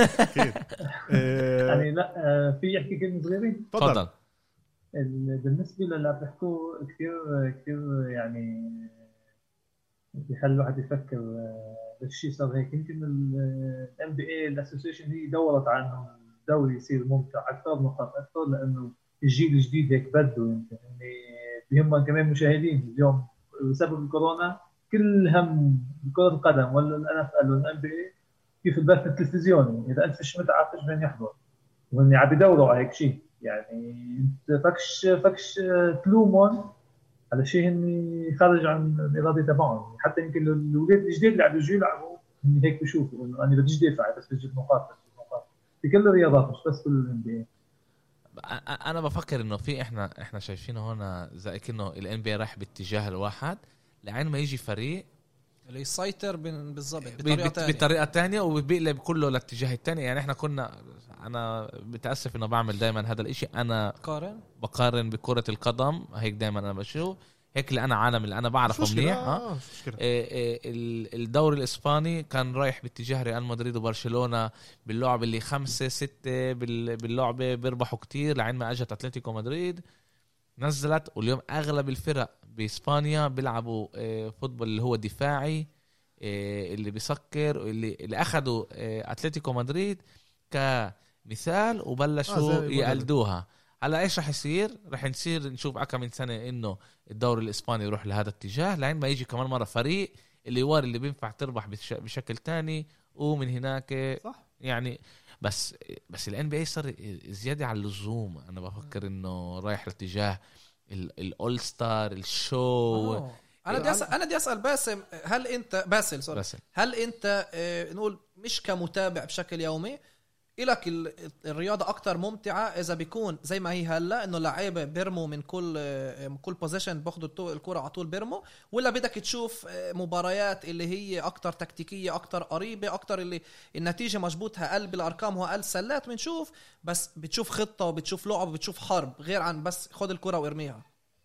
آه، يعني لا آه، في يحكي كلمة صغيرة. تفضل. تفضل. ال- بالنسبة للي عم تحكوه كثير كثير يعني بيخلي الواحد يفكر آه، بالشيء صار هيك. يمكن الام بي اي الاسوسيشن هي دورت على انه الدوري يصير ممتع اكثر نقاط اكثر لانه الجيل الجديد هيك بده يمكن يعني بهم كمان مشاهدين اليوم بسبب الكورونا كل هم كرة القدم ولا الان اف ال والان بي اي كيف البث التلفزيوني اذا انت فيش متعه فيش من يحضر وهن عم بيدوروا على هيك شيء. يعني انت فكش فكش تلومون على شيء هن خارج عن الاراده تبعهم. حتى يمكن الاولاد الجديد اللي عم يجوا يلعبوا هن هيك بيشوفوا انه انا بديش دافع بس بجيب نقاط بس بجيب نقاط في كل الرياضات مش بس في الان بي اي. انا بفكر انه في احنا احنا شايفينه هنا زي كأنه الان بي رايح باتجاه الواحد لعين ما يجي فريق اللي يسيطر بال- بالضبط بي- بطريقة بت- تانية. بطريقه تانية وبيقلب كله لاتجاه التاني. يعني احنا كنا انا بتاسف انه بعمل دائما هذا الاشي. انا قارن بقارن بكره القدم هيك دائما انا بشوف هيك اللي انا عالم اللي انا مش بعرفه مشكلة. منيح. آه، ها آه، مش مشكلة. إيه إيه ال- الدوري الاسباني كان رايح باتجاه ريال مدريد وبرشلونه باللعب اللي خمسة ستة بال- باللعبه بيربحوا كتير لعين ما اجت اتلتيكو مدريد نزلت. واليوم اغلب الفرق باسبانيا بيلعبوا إيه فوتبول اللي هو دفاعي إيه اللي بيسكر اللي اللي اخذوا إيه اتلتيكو مدريد كمثال وبلشوا آه، زي يقلدوها. هلا ايش رح يصير؟ رح نصير نشوف عكا من سنه انه الدوري الاسباني يروح لهذا الاتجاه لين ما يجي كمان مره فريق اللي واري اللي بينفع تربح بش- بشكل تاني ومن هناك صح. يعني. بس بس الان بي اي صار زياده على اللزوم. انا بفكر انه رايح لاتجاه الاول ستار الشو. أوه. انا بدي اسال انا بدي اسال باسم هل انت باسل سوري بس هل انت آه، نقول مش كمتابع بشكل يومي إلك ال- الرياضة أكتر ممتعة إذا بيكون زي ما هي هلا إنه لعيبة بيرموا من كل آه، من كل بوزيشن باخدوا التو- الكرة على طول بيرموا ولا بدك تشوف آه، مباريات اللي هي أكتر تكتيكية أكتر قريبة أكتر اللي النتيجة مجبوطها أقل بالأرقام وأقل سلات بنشوف بس بتشوف خطة وبتشوف لعب وبتشوف حرب غير عن بس خد الكرة وارميها.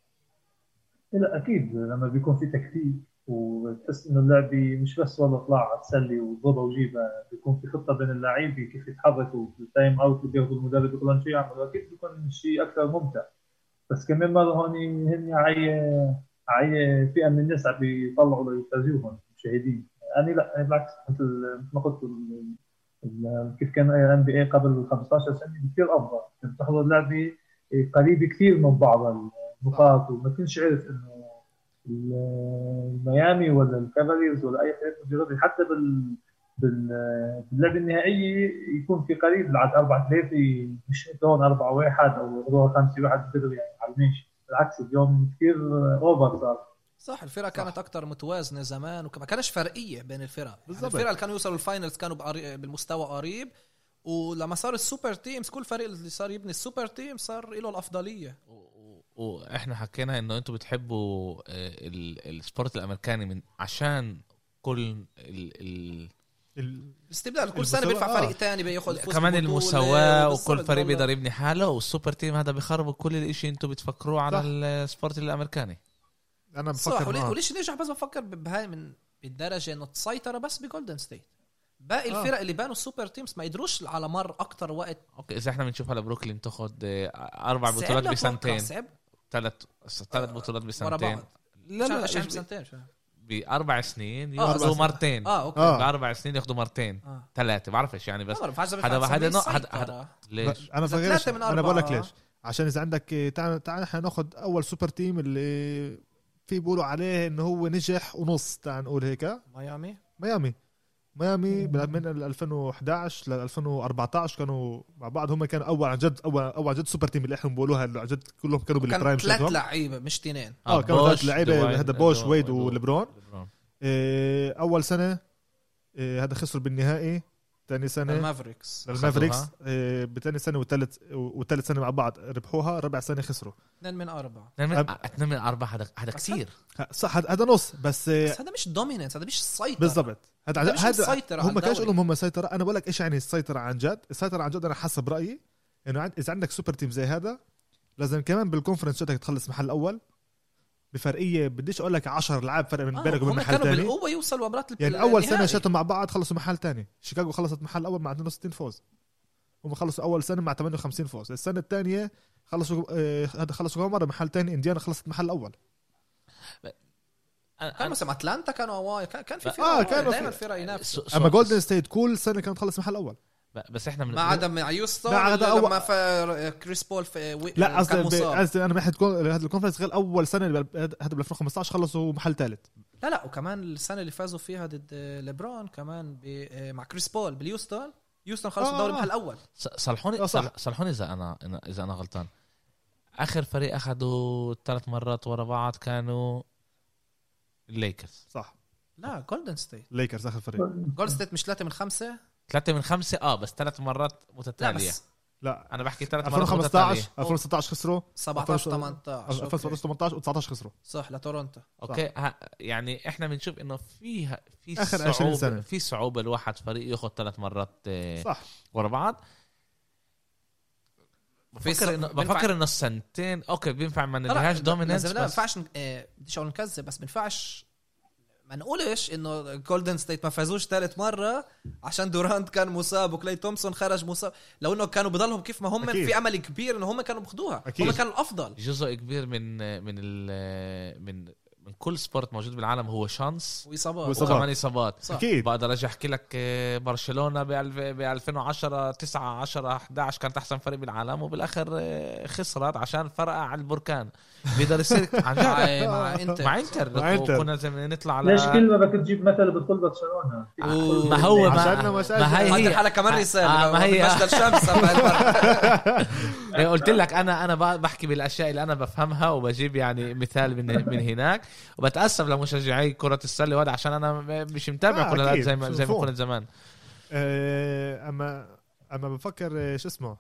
لا اكيد لما بيكون في تكتيك وتحس انه اللعبه مش بس والله طلع تسلي وضربه وجيبها بيكون في خطه بين اللاعبين كيف يتحركوا في التايم اوت اللي بياخذوا المدرب يقول شو يعملوا اكيد بيكون شيء اكثر ممتع. بس كمان مره هون هن عي عي فئه من الناس عم بيطلعوا ليفازوهم المشاهدين. انا لا أنا بالعكس مثل مثل ما قلت ال- ال- كيف كان الان بي اي قبل خمسطعش سنه كثير افضل. كنت تحضر لعبه قريبه كثير من بعض النقاط وما كنتش عارف انه الميامي ولا الكافاليرز ولا اي فريق مجرد حتى بال بال- باللعبه النهائيه يكون في قريب لعد أربعة ثلاثة مش هون أربعة واحد او خمسة واحد بدري يعني على الماشي. بالعكس اليوم كثير اوفر صار. صح الفرق كانت اكتر متوازنه زمان وما كانش فرقيه بين الفرق يعني بالضبط. الفرق اللي كانوا يوصلوا الفاينلز كانوا بقري- بالمستوى قريب ولما صار السوبر تيمز كل فريق اللي صار يبني السوبر تيم صار له الافضليه. و- و- واحنا حكينا انه انتم بتحبوا آه، ال- السبورت الامريكاني من عشان كل ال ال ال- الاستبدال كل سنه المساواة- بيرفع آه. فريق تاني بياخذ يفوز كمان بالبطولة، المساواة وبالضبط وكل فريق والله. بيقدر يبني حاله والسوبر تيم هذا بيخرب كل الاشي انتم بتفكروه على صح. السبورت الامريكاني. انا صح بفكر ولي- معه. وليش نرجع بس بفكر بهاي من بالدرجه انه تسيطر بس بجولدن ستيت باقي آه. الفرق اللي بانوا السوبر تيمز ما يقدروش على مر اكتر وقت. اوكي اذا احنا بنشوف على بروكلين تاخد آه، اربع صعب بطولات لأتوقع، بسنتين صعب ثلاث ثلاث بطولات ورا بسنتين بعض لا لا عشان إيش- بسنتين شو. باربع سنين آه، ياخذوا أربع مرتين اه اوكي آه. باربع سنين ياخذوا مرتين اه ثلاثه بعرفش يعني بس ما بعرف، عجبني هذا- فعلا هذا سميه نوع- هذا- سيطرة. هذا- ليش انا إذا فاكرش ثلاثة من انا بقول لك أربعة. ليش عشان اذا عندك تعال تعال احنا ناخذ اول سوبر تيم اللي في بيقولوا عليه انه هو نجح ونص تعال نقول هيك ميامي ميامي ميامي من ألفين وإحدى عشر ل ألفين وأربعتاشر كانوا مع بعض هم كانوا اول عن جد اول اول عن جد سوبر تيم اللي احنا بنقولوها اللي عن جد كلهم كانوا كان بالبرايم ثلاث تاعهم لعيبه مش تنين. اه كانوا ثلاث لعيبه دوين- هذا بوش دو- ويد دو- وليبرون ليبرون. إيه، اول سنه إيه، هذا خسروا بالنهائي ثاني سنه المافريكس للمافريكس أخذوها. إيه، بثاني سنه وثالث وثالث سنه مع بعض ربحوها ربع سنه خسروا اثنين من اربعه اثنين من أب- اثنين من اربعه هذا هذا كثير ه- صح هذا هذا نص بس إيه، بس هذا مش دوميننس هذا مش السيطره بالضبط هذا هذا مش هذا السيطرة على هم كانش الدوري. لهم هم سيطره انا بقول لك ايش يعني السيطره عن جد السيطره عن جد انا حسب رايي انه عند اذا عندك سوبر تيم زي هذا لازم كمان بالكونفرنس بدك تخلص محل اول بفرقيه بديش اقول لك عشرة العاب فرق من آه، بينك وبين هم محل كانوا ثاني بالقوه يوصلوا مباراه يعني اول سنه شاتوا مع بعض خلصوا محل تاني شيكاغو خلصت محل اول مع اثنين وستين فوز هم خلصوا اول سنه مع ثمانية وخمسين فوز السنه الثانيه خلصوا آه، هذا خلصوا كمان مره محل تاني انديانا خلصت محل اول أنا- كان مثلا اتلانتا كانوا أواي. كان كان في آه، فرق كانوا دائما في- فرق ينافسوا س- اما س- جولدن ستيت كل سنه كانت تخلص محل اول بس احنا من ما عدا مع يوستون ما عدا لما أول- فا كريس بول في وي- لا كان قصدي مصاب. قصدي انا من ناحيه كون- هذا الكونفرنس غير اول سنه اللي بال- هذا بال ألفين وخمسطعش خلصوا محل ثالث لا لا وكمان السنه اللي فازوا فيها ضد ليبرون كمان ب- مع كريس بول باليوستون يوستون خلصوا آه، الدوري آه. محل اول. ص- صلحوني آه، صح. صل- صلحوني اذا انا إن- اذا انا غلطان. اخر فريق اخذوا ثلاث مرات ورا بعض كانوا الليكرز صح لا جولدن ستيت ليكرز اخر فريق جولدن ستيت مش ثلاثه من خمسه. ثلاثة من خمسة اه بس ثلاث مرات لا متتالية. بس لا انا بحكي ثلاث مرات ألفين وخمسطعش متتالية. ألفين وستطعش خسروا سبعتاشر ثمانية عشر ألفين وسبعتاشر ثمانية عشر و19 خسروا صح لتورونتو. اوكي ها يعني احنا بنشوف انه فيها في آخر عشرين صعوبة سنة. في صعوبة الواحد فريق ياخذ ثلاث مرات آه، صح ورا بعض. في بفكر ص- انه بينفع- بفكر انه السنتين اوكي بينفع ما لا، لا، نلهاش لا، دوميننس لا ما بس ينفعش آه، بديش اقول نكذب بس ما ينفعش ما نقولش انه جولدن ستيت ما فازوش ثالث مره عشان دورانت كان مصاب وكلاي تومسون خرج مصاب. لو انه كانوا بضلهم كيف ما هم أكيد. في امل كبير انه هم كانوا بياخذوها. أكيد. هم كانوا الافضل. جزء كبير من من ال من من كل سبورت موجود بالعالم هو شانس واصابات وإصابات. وكمان اصابات. صح. اكيد بقدر اجي احكي لك آه، برشلونه ب ألفين وعشرة تسعة عشرة احد عشر كانت احسن فريق بالعالم وبالاخر آه، خسرت عشان فرقع على البركان. بيقدر يصير عن جد مع مع انت مع انتر مع إنتر. كنا زي ما نطلع على ليش كل ما بدك تجيب مثل بتقول برشلونه؟ آه، ما هو عشاننا ما, مساجد. ما هي هذا هي حالة كمان رسالة آه، ما هي- مشتى الشمس إيه، قلت لك انا انا ب- بحكي بالاشياء اللي انا بفهمها وبجيب يعني مثال من من هناك وبتاسف لمشجعي كره السله وهذا عشان انا مش متابع آه، كل هذا أكيد. زي ما زي ما مفهوم. كنت زمان. آه، اما اما بفكر آه، شو اسمه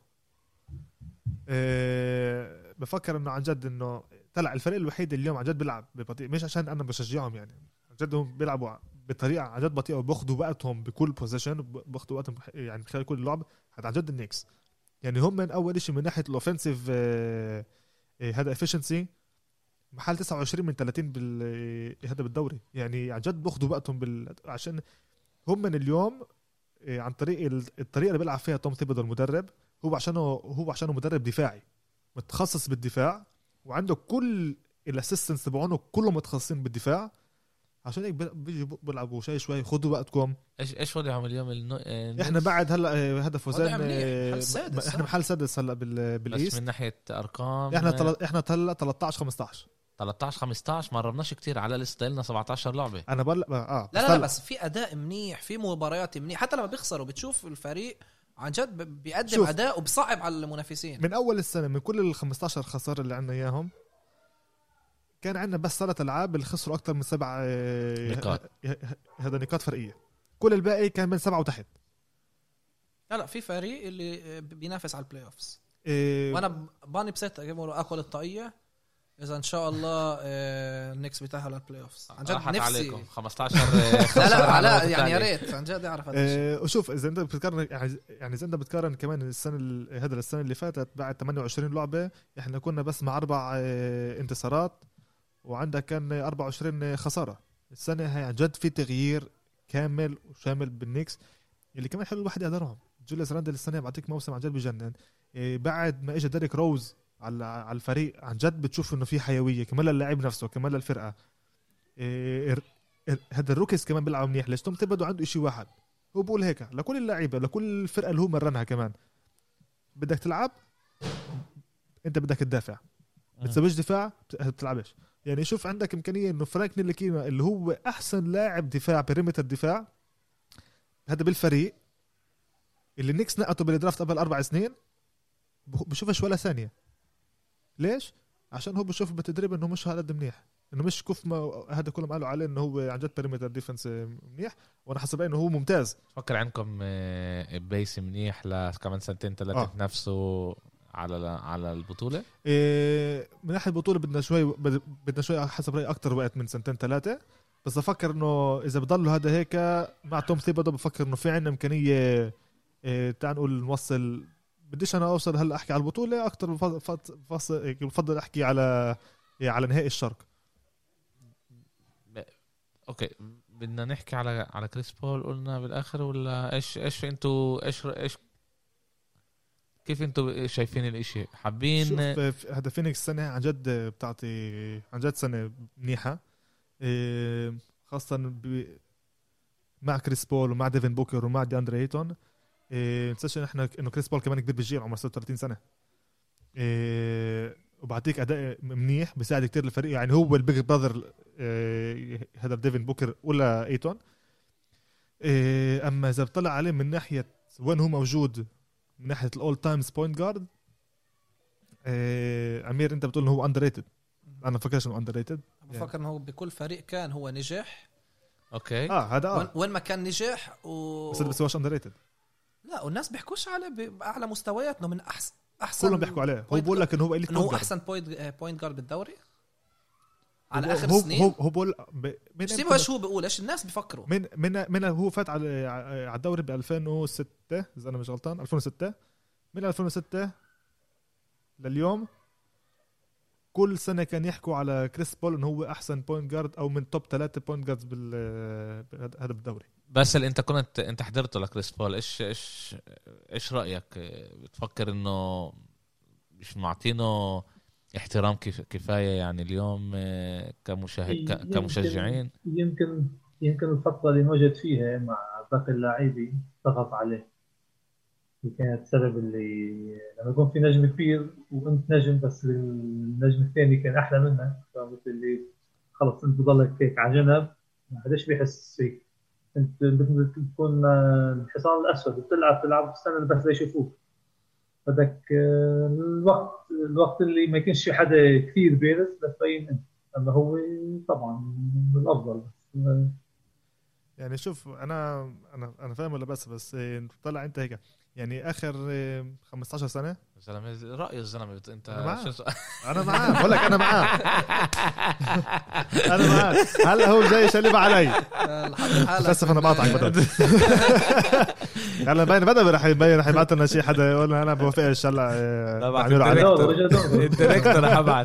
آه، بفكر انه عن جد انه طلع الفريق الوحيد اللي اليوم عن جد بيلعب ببطيء مش عشان انا بشجعهم يعني عن جد هم بيلعبوا بطريقه عن جد بطيئه وباخذوا وقتهم بكل بوزيشن باخذوا وقتهم يعني خلال كل اللعب هذا عن جد النيكس يعني هم من اول شيء من ناحيه الاوفنسيف آه، آه، هذا افشنسي محل تسعة وعشرين من ثلاثين بال آه، هذا بالدوري يعني عن جد باخذوا وقتهم بال عشان هم من اليوم آه، عن طريق ال- الطريقه اللي بيلعب فيها توم ثيبودو المدرب هو عشانه هو عشانه مدرب دفاعي متخصص بالدفاع وعنده كل الاسيستنتس تبعونه كلهم متخصصين بالدفاع عشان هيك بيجي بيلعبوا شوي شوي خدوا وقتكم ايش ايش وضعهم اليوم النو... آه، احنا بعد هلا آه، هذا فوزان وضع منيح. آه، محل سادس، احنا صح؟ محل سادس هلا بال بس بالايست من ناحيه ارقام احنا آه، تل... احنا هلا ثلاثة عشر خمسة عشر ثلاثة عشر خمسة عشر ما قربناش كتير على لسه لنا سبعة عشر لعبه. انا بقول اه لا لا, هلا- لا بس في اداء منيح في مباريات منيح حتى لما بيخسروا بتشوف الفريق عن جد ب- بيقدم شوف. اداء وبصعب على المنافسين. من اول السنه من كل ال خمسة عشر خساره اللي عندنا اياهم كان عندنا بس ثلاث العاب اللي خسروا اكثر من سبع آه، نقاط. هذا نقاط فرقيه. كل الباقي كان بين سبعة وتحت. لا لا في فريق اللي بينافس على البلاي اوفز. إيه وانا باني بست اجيبه اخذ الطاقيه اذا ان شاء الله النكس بيتاهل على البلاي اوفز. عن جد نفسي عليكم خمستاشر لا لا لا يعني يا ريت عن جد اعرف هذا إيه وشوف اذا انت بتقارن يعني يعني اذا انت بتقارن كمان السنه هذا السنه اللي فاتت بعد ثمانية وعشرين لعبه احنا كنا بس مع اربع إيه انتصارات وعندك كان أربعة وعشرين خساره. السنه هي عن جد في تغيير كامل وشامل بالنكس اللي كمان حلو الواحد يقدرهم. جوليس راندل السنه بعطيك موسم عن جد بجنن. إيه بعد ما اجى ديريك روز على على الفريق عن جد بتشوف انه في حيويه كمان للاعب نفسه كمان للفرقه. إيه هذا الروكيز كمان بيلعب منيح. ليش توم تبدو عنده شيء واحد هو بقول هيك لكل اللعيبه لكل الفرقه اللي هو مرنها كمان بدك تلعب انت بدك تدافع بتسويش دفاع بتلعبش. يعني شوف عندك امكانيه انه فرانك نيليكينا اللي هو احسن لاعب دفاع بريمتر الدفاع هذا بالفريق اللي نيكس نقطه بالدرافت قبل اربع سنين بشوفش ولا ثانيه. ليش؟ عشان هو بشوف بالتدريب انه مش هالقد منيح انه مش كيف ما هذا كلهم قالوا عليه انه هو عن جد بريمتر ديفنس منيح وانا حسب انه هو ممتاز. فكر عندكم بيس منيح لكمان سنتين ثلاثه آه. نفسه على على البطوله. إيه من ناحيه البطوله بدنا شوي بدنا شوي حسب رايي اكتر وقت من سنتين ثلاثه. بس افكر انه اذا بضلوا هذا هيك مع توم ثيبادو بفكر انه في عندنا امكانيه إيه تعال نقول نوصل. بديش انا اوصل هلا احكي على البطوله اكتر بفضل بفضل احكي على على نهائي الشرق. اوكي بدنا نحكي على على كريس بول قلنا بالاخر ولا ايش ايش انتوا ايش ايش كيف انتوا شايفين الاشي حابين؟ شوف هذا فينيكس السنه عن جد بتعطي عن جد سنه منيحه إيه خاصه ب... مع كريس بول ومع ديفين بوكر ومع دي اندري ايتون. إيه نساش احنا انه كريس بول كمان كبير بالجيل عمره ستة وثلاثين سنه. إيه وبعطيك اداء منيح بيساعد كتير الفريق. يعني هو البيج براذر إيه هذا ديفين بوكر ولا ايتون. إيه اما اذا بطلع عليه من ناحيه وين هو موجود من ناحيه الاول تايمز بوينت جارد إيه عمير انت بتقول انه هو اندر ريتد. انا فكرش انه اندر ريتد. بفكر انه بكل فريق كان هو نجح. اوكي اه هذا آه. وين ما كان نجح و... بس بس هوش اندر ريتد. لا والناس بيحكوش عليه باعلى مستويات انه من احسن احسن كلهم بيحكوا عليه. هو بقول لك انه هو انه هو احسن بوينت بوينت جارد بالدوري على اخر هو سنين. هو هو بقول من سيبوا ايش هو بيقول ايش الناس بيفكروا من من من هو فات على على الدوري ب ألفين وستة اذا انا مش غلطان ألفين وستة. من ألفين وستة لليوم كل سنه كان يحكوا على كريس بول انه هو احسن بوينت جارد او من توب ثلاثة بوينت جاردز بال هذا بالدوري. بس اللي انت كنت انت حضرته لكريس بول ايش ايش ايش رايك؟ بتفكر انه مش معطينه احترام كيف كفايه يعني اليوم كمشاهد كمشجعين؟ يمكن يمكن الفتره اللي موجود فيها مع باقي اللاعبين ضغط عليه كانت سبب اللي لما يكون في نجم كبير وانت نجم بس النجم الثاني كان احلى منك فمثل اللي خلص انت بضلك هيك على جنب ما حدش بيحس فيك. انت بتكون الحصان الاسود بتلعب تلعب استنى بس يشوفوك. بدك الوقت الوقت اللي ما يكونش في حدا كثير بيرس لتبين انت. اما هو طبعا الافضل. يعني شوف انا انا انا فاهم ولا بس بس طلع انت هيك يعني اخر خمسة عشر سنه زلمه راي الزلمه انت انا شو انا معاه بقول لك انا معاه انا معاه. هلا هو جاي شلب علي بس انا بقاطعك بدل هلا باين بدا رح يبين رح يبعث لنا شيء حدا يقول انا بوافقش هلا الديريكتور حبعت.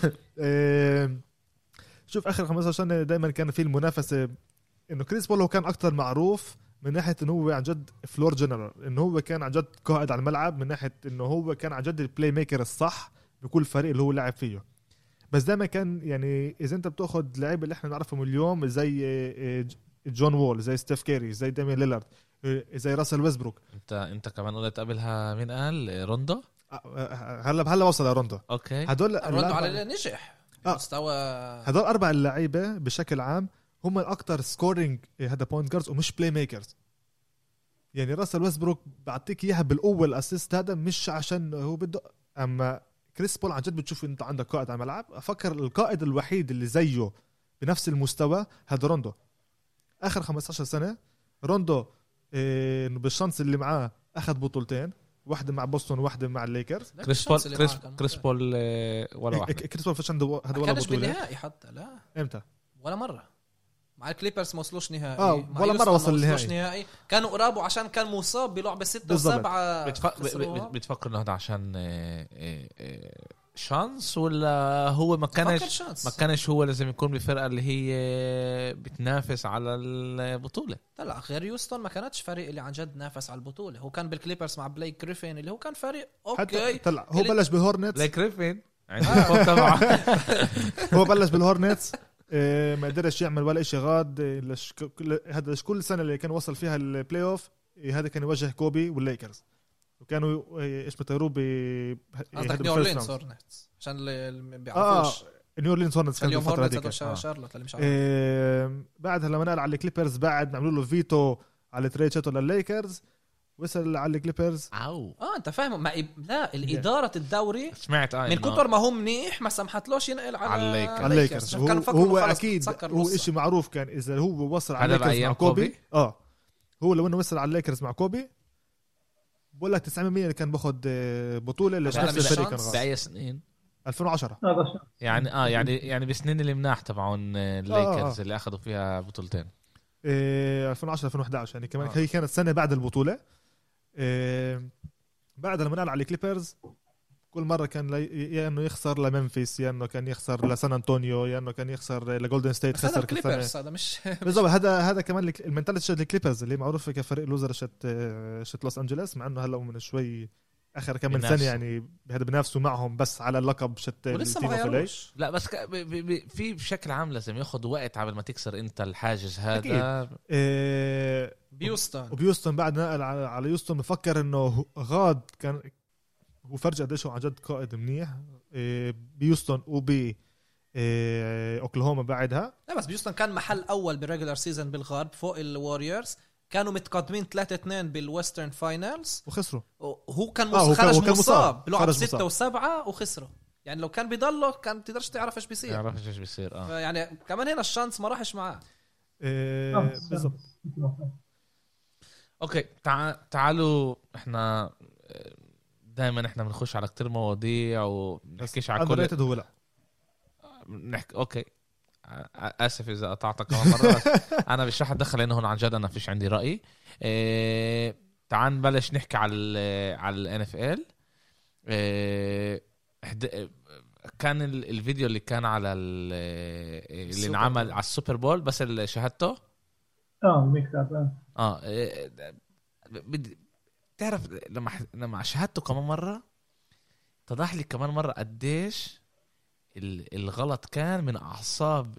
شوف اخر خمسة عشر سنه دائما كان في المنافسه انه كريس بول هو كان اكثر معروف من ناحيه انه هو عن جد فلور جنرال انه هو كان عن جد قائد على الملعب من ناحيه انه هو كان عن جد البلاي ميكر الصح بكل فريق اللي هو لعب فيه. بس دائما كان يعني اذا انت بتاخذ لعيبه اللي احنا نعرفهم اليوم زي جون وول زي ستيف كيري زي دامين ليلارد زي راسل ويسبروك. انت انت كمان قلت قبلها مين قال روندو؟ هلا هلا وصل لروندو. اوكي هدول روندو على نجح آه. مستوى. هدول اربع اللعيبه بشكل عام هم الاكثر سكورينج هذا بوينت جاردز ومش بلاي ميكرز. يعني راسل ويسبروك بعطيك اياها بالقوه الاسيست هذا مش عشان هو بده. اما كريس بول عن جد بتشوف انت عندك قائد على الملعب. افكر القائد الوحيد اللي زيه بنفس المستوى هذا روندو. اخر خمستاشر سنه روندو إيه بالشانس اللي معاه اخذ بطولتين، واحده مع بوسطن وواحده مع الليكرز. كريس بول كريس كريس بول ولا واحد. كريس بول فيش عنده هذا ولا كانش بطوله بالنهائي حتى. لا امتى ولا مره مع الكليبرز ما وصلوش نهائي. اه ولا مره وصل النهائي. نهائي كانوا قرابوا عشان كان مصاب بلعبه ستة وسبعة. بتفكر بتفكر انه هذا عشان شانس ولا هو ما كانش ما كانش هو لازم يكون بفرقه اللي هي بتنافس على البطوله؟ لا غير يوستون ما كانتش فريق اللي عن جد نافس على البطوله. هو كان بالكليبرز مع بلايك جريفين اللي هو كان فريق اوكي. طلع هو بلش بهورنتس. بلايك جريفين عندي طبعا. هو بلش بالهورنتس ما قدرش يعمل ولا شيء غاد. هذا كل سنه اللي كان وصل فيها البلاي اوف هذا كان يواجه كوبي والليكرز، وكانوا ايش بتروه ب نيو اورلينز هورنتس عشان اللي ما بيعرفوش. اه نيو اورلينز هورنتس كان اليوم هورنتس شارلوت اللي مش عارف. إيه بعدها لما نقل على الكليبرز بعد ما عملوا له فيتو على تريد شاتو للليكرز وصل على الكليبرز. اه انت فاهم ما لا الاداره الدوري سمعت آه من كتر ما هو منيح ما سمحتلوش ينقل على الليكرز. هو, هو اكيد هو شيء معروف كان اذا هو وصل على الليكرز مع كوبي, كوبي. اه هو لو انه وصل على الليكرز مع كوبي بقول لك تسعمية بالمية اللي كان باخد بطوله ليش نفس الفريق كان غلط. باي سنين ألفين وعشرة يعني اه يعني يعني بسنين اللي مناح تبعون الليكرز آه. اللي اخذوا فيها بطولتين إيه ألفين وعشرة ألفين وإحدى عشر يعني كمان آه. هي كانت سنه بعد البطوله. إيه بعد لما نقل على الكليبرز كل مره كان يا انه يخسر لمنفيس يا انه كان يخسر لسان انطونيو يا انه كان يخسر لجولدن ستيت. خسر الكليبرز هذا مش بالضبط. هذا هذا كمان المنتاليتي شت الكليبرز اللي معروف كفريق لوزر شت شت لوس انجلوس، مع انه هلا من شوي اخر كم من سنه يعني هذا بنافسوا معهم بس على اللقب شت التيم. لا بس ك... ب... ب... في بشكل عام لازم ياخذ وقت قبل ما تكسر انت الحاجز هذا. إيه بيوستن وبيوستن بعد نقل على يوستن بفكر انه غاد كان هو فرج قديش هو عن جد قائد منيح. إيه بيوستن وبي إيه اوكلاهوما بعدها. لا بس بيوستن كان محل اول بالريجولار سيزون بالغرب فوق الواريورز. كانوا متقدمين ثلاثة اثنين بالويسترن فاينلز وخسروا. وهو كان آه خرج كان مصاب بلعب ستة وسبعة وخسروا. يعني لو كان بيضله كان تقدرش تعرف ايش بيصير. تعرف ايش بيصير اه يعني كمان هنا الشانس ما راحش معاه. إيه بالضبط. اوكي تع... تعالوا احنا دائما احنا بنخش على كتير مواضيع ونحكيش على كل هو لا نحكي اوكي اسف اذا قطعتك كمان مره. انا مش رح اتدخل لانه هون عن جد انا فيش عندي راي. إيه... تعال نبلش نحكي على ال على الان اف ال. كان الفيديو اللي كان على اللي انعمل على السوبر بول بس اللي شاهدته اه ميكتاب اه بدي تعرف لما لما شاهدته كمان مره اتضح لي كمان مره قديش الغلط كان من اعصاب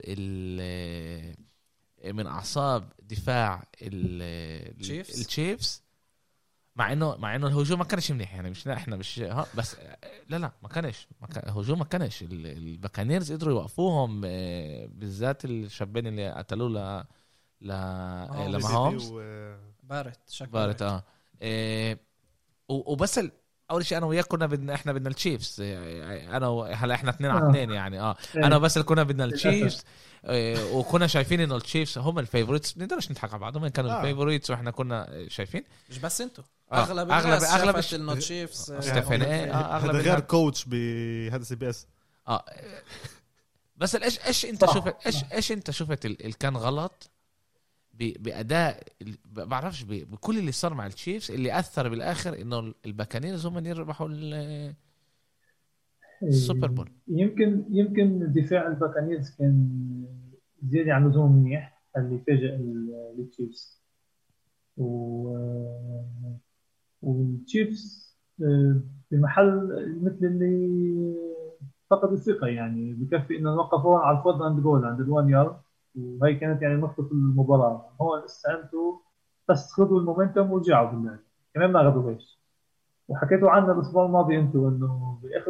من اعصاب دفاع التشيفز. مع انه مع انه الهجوم ما كانش منيح يعني مش احنا مش ها بس لا لا ما كانش الهجوم ما كانش الباكانيرز قدروا يوقفوهم بالذات الشابين اللي قتلوا ل ل لماهومز بارت شكل بارت اه إيه وبس اول شيء انا وياك كنا بدنا احنا بدنا التشيفز. انا هلا احنا اثنين على اثنين يعني اه انا بس اللي كنا بدنا التشيفز. إيه وكنا شايفين انه التشيفز هم الفيفوريتس. بنقدرش نضحك على بعض هم كانوا آه. الفيفوريتس واحنا كنا شايفين مش بس انتوا آه. اغلب اغلب اغلب انه التشيفز ستيفن ايه آه. اغلب غير كوتش بهذا سي بي اس اه بس ايش ايش انت شفت ايش ايش انت شفت اللي كان غلط بأداء بعرفش بكل اللي صار مع التشيفز اللي أثر بالآخر إنه الباكانيرز هم يربحوا السوبر بول. يمكن يمكن دفاع الباكانيرز كان زيادة عن اللزوم منيح اللي فاجأ التشيفز و والتشيفز بمحل مثل اللي فقد الثقة يعني بكفي إنه نوقفون على الفوض عند جول عند الوان يارد وهي كانت يعني نقطة المباراة. هون استعنتوا بس خذوا المومنتم ورجعوا بالله كمان ما غدوش. وحكيتوا عنه الأسبوع الماضي أنتوا إنه بآخر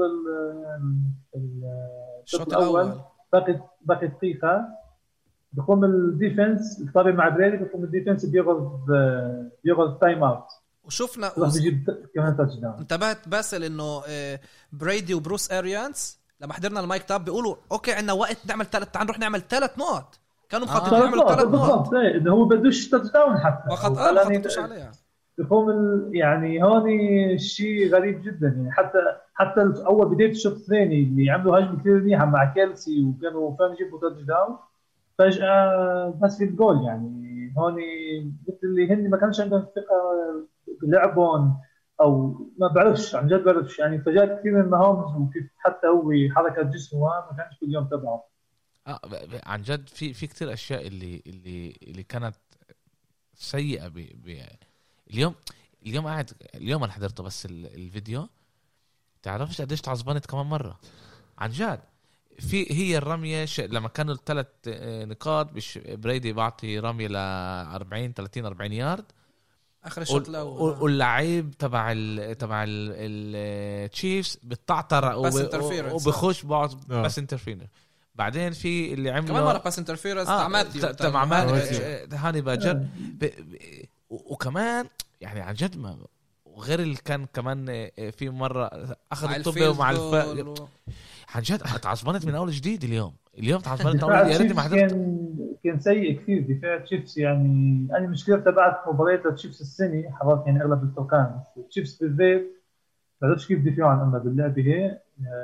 الشوط الأول باقي باقي دقيقة بقوم الديفنس الطابع مع بريدي بقوم الديفنس بياخذ بياخذ تايم أوت وشفنا راح يجيب كمان تاتش داون. انتبهت باسل انه آه، بريدي وبروس اريانز لما حضرنا المايك تاب بيقولوا اوكي عندنا وقت نعمل ثلاث، تعال نروح نعمل ثلاث نقط. كانوا مخططين آه. يعملوا ثلاث نقط بالضبط، انه هو بدوش تاتش داون حتى وقد وخلاني اه خططوش عليها. بفهم ال... يعني هون شيء غريب جدا. يعني حتى حتى اول بدايه الشوط الثاني اللي عملوا هجمه كثير منيحه مع كيلسي وكانوا فاهم يجيبوا تاتش داون، فجاه بس في الجول. يعني هون مثل اللي هن ما كانش عندهم ثقه بلعبهم او ما بعرفش، عن جد بعرفش. يعني فجاه كثير من مهامز وكيف حتى هو حركه جسمه ما كانش في اليوم تبعه. اه ب- ب- عن جد في في كتير اشياء اللي اللي اللي كانت سيئه ب ب اليوم. اليوم قاعد اليوم انا حضرته بس ال- الفيديو، تعرفش قديش تعصبنت كمان مره عن جد. في هي الرميه ش... لما كانوا الثلاث نقاط بش بريدي بعطي رميه ل أربعين ثلاثين أربعين يارد، اخر الشوط الاول وال- واللعيب تبع ال تبع التشيفز بتعتر بس وب- interference. وبخش بعض آه. بس انترفيرنس. بعدين في اللي عمله كمان مره باس انترفيرنس آه، تاع ماثيو ت- تبع ماثيو ماثيو. هاني باجر ب... ب... و- وكمان يعني عن جد ما وغير اللي كان كمان في مره اخذ الطبه ومع الف... عن جد تعصبنت من اول جديد. اليوم اليوم تعصبنت من اول دفاع يا ريتني ما تشيفز حضرت. كان كان سيء كثير دفاع تشيفز. يعني انا مشكله تبعت مباريات تشيفز السنه حضرت يعني اغلب التوكان تشيفز بالذات ما بعرفش كيف دفاعوا عن اما باللعبه هي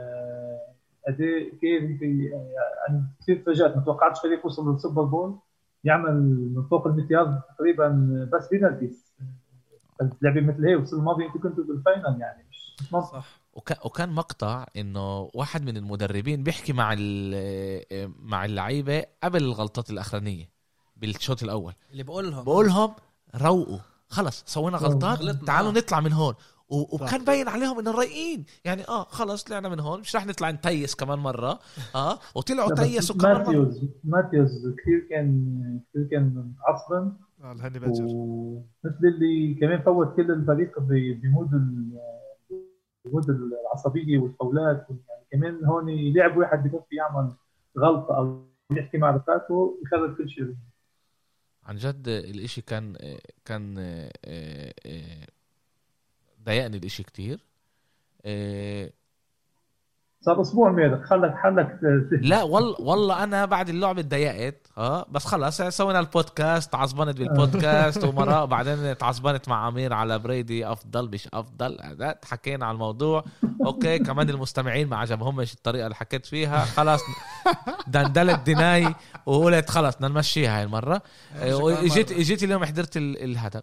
اداء كيف في. يعني كثير تفاجات، ما توقعتش فريق يوصل للسوبر بول يعمل من فوق المتيار تقريبا بس بينالتيز. اللعبه مثل هي والسنه الماضيه انتم كنتوا بالفاينل، يعني مش مش منطق. صح. وك- وكان مقطع انه واحد من المدربين بيحكي مع ال- مع اللعيبه قبل الغلطات الاخرانيه بالشوط الاول، اللي بقول لهم بقول لهم روقوا خلص سوينا غلطات غلطنا. تعالوا آه. نطلع من هون. و- وكان صح. باين عليهم انه رايقين يعني اه خلص طلعنا من هون مش رح نطلع نتيس كمان مره اه وطلعوا لا، بس تيسوا كمان مره. ماتيوز ماتيوز كثير كان كثير كان عصبا، آه، الهاني باجر. ومثل اللي كمان فوت كل الفريق ب- بمود ال- بمود العصبيه والفاولات. يعني كمان هون لاعب واحد بيكون يعمل غلطه او يحكي مع رفاقه يخرب كل شيء. عن جد الاشي كان كان آه، آه، ضايقني الاشي كتير. آه، صار اسبوع مالك خلك حالك ت- لا والله والله انا بعد اللعبه اتضايقت اه بس خلص سوينا البودكاست تعصبنت بالبودكاست ومرة بعدين تعصبنت مع امير على بريدي افضل مش افضل لا حكينا على الموضوع اوكي. كمان المستمعين ما عجبهمش الطريقه اللي حكيت فيها خلاص دندلت ديناي وقلت خلاص بدنا نمشيها هاي المره. آه، واجيت اجيت اليوم حضرت ال- الهدف.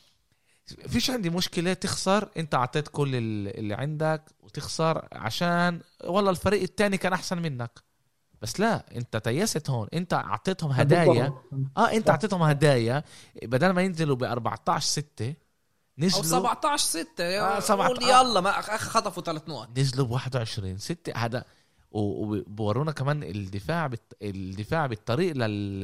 فيش عندي مشكلة تخسر انت عطيت كل ال- اللي عندك وتخسر عشان والله الفريق التاني كان احسن منك، بس لا انت تيست هون انت عطيتهم هدايا. اه انت عطيتهم هدايا بدل ما ينزلوا ب أربعتاشر ستة او نزلوا سبعتاشر ستة آه، يا سبعة- قول يلا ما أخ- خطفوا ثلاث نقط. نزلوا ب واحد وعشرين ستة. هذا وبورونا كمان الدفاع بالت... الدفاع بالطريق لل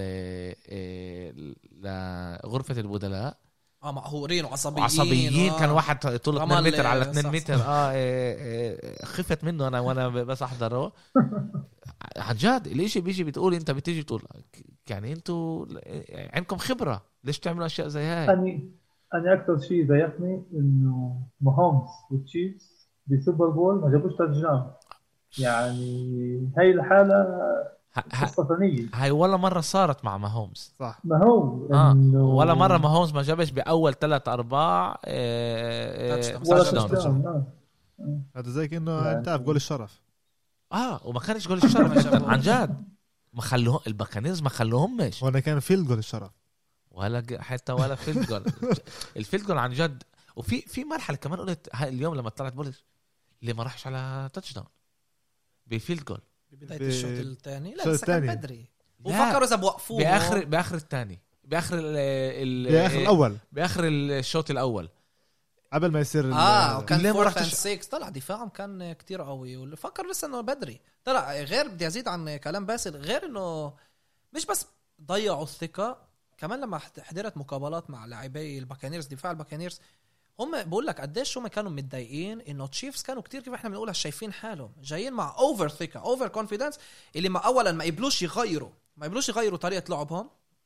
آه، لغرفة البدلاء اه مقهورين وعصبيين عصبيين. آه. كان واحد طوله رمال- اثنين متر على صح، اثنين صح. متر اه إيه، إيه، خفت منه انا وانا بس احضره. عن جد الاشي بيجي بتقول انت بتيجي بتقول يعني انتوا عندكم خبرة ليش تعملوا اشياء زي هاي. أنا أنا أكثر شيء ضايقني إنه ماهومز والتشيفز بسوبر بول ما جابوش تاتش داون. يعني هاي الحالة ه- ه- قصة ثانية. هاي ولا مرة صارت مع ماهومز صح. ما هو آه. إنه ولا مرة ماهومز ما جابش بأول ثلاث أرباع تاتش داون. ولا تاتش داون. تاتش داون. آه. هذا زي كأنه لا. انت عارف جول الشرف. اه وما كانش جول الشرف عن جد ما خلوهم الباكانيرز ما خلوهمش وانا كان فيلد جول الشرف. ولا ج- حتى ولا فيلد جول. الفيلد جول عن جد. وفي في مرحله كمان قلت هاي اليوم لما طلعت بوليس ليه ما راحش على تاتش داون بفيلد جول بداية ب- الشوط الثاني لا الشوط لسه كان الثاني. بدري لا. وفكروا اذا بوقفوه باخر باخر الثاني باخر ال ال باخر الاول باخر الشوط الاول قبل ما يصير ال- اه وكان ليه ما فورث اند رحتش- سيكس طلع دفاعهم كان كتير قوي وفكر لسه انه بدري. طلع غير بدي ازيد عن كلام باسل غير انه مش بس ضيعوا الثقة كمان لما حضرت مقابلات مع لاعبي الباكانيرز دفاع الباكانيرز هم بقول لك قديش هم كانوا متضايقين انه تشيفز كانوا كتير كيف احنا بنقولها شايفين حالهم جايين مع اوفر ثقة اوفر كونفيدنس اللي ما اولا ما يقبلوش يغيروا ما يقبلوش يغيروا طريقة لعبهم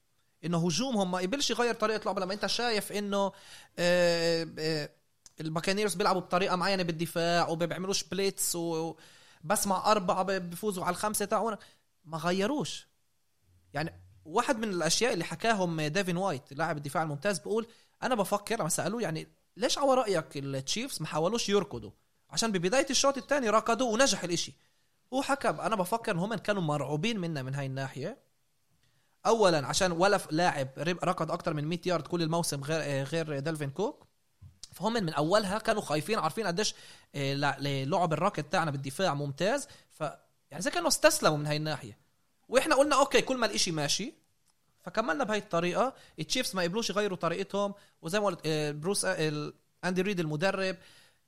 انه هجومهم ما يقبلش يغير طريقه لعبه. لما انت شايف انه آه آه الباكانيرز بيلعبوا بطريقه معينه بالدفاع وبيعملوش بليتس وبس مع اربعه بيفوزوا على الخمسه تاعون، ما غيروش. يعني واحد من الاشياء اللي حكاهم ديفين وايت لاعب الدفاع الممتاز بيقول انا بفكر لما سالوه يعني ليش على رايك التشيفز ما حاولوش يركضوا، عشان ببداية الشوط الثاني ركضوا ونجح الاشي. هو حكى أنا بفكر إن هم كانوا مرعوبين منا من هاي الناحية، أولا عشان ولا لاعب ركض أكتر من مية يارد كل الموسم غير غير دالفين كوك، فهم من أولها كانوا خايفين عارفين قديش لعب الركض تاعنا بالدفاع ممتاز، ف يعني زي كانوا استسلموا من هاي الناحية. وإحنا قلنا أوكي كل ما الاشي ماشي فكملنا بهاي الطريقة. التشيفز ما يقبلوش يغيروا طريقتهم، وزي ما قلت بروس أندي ريد المدرب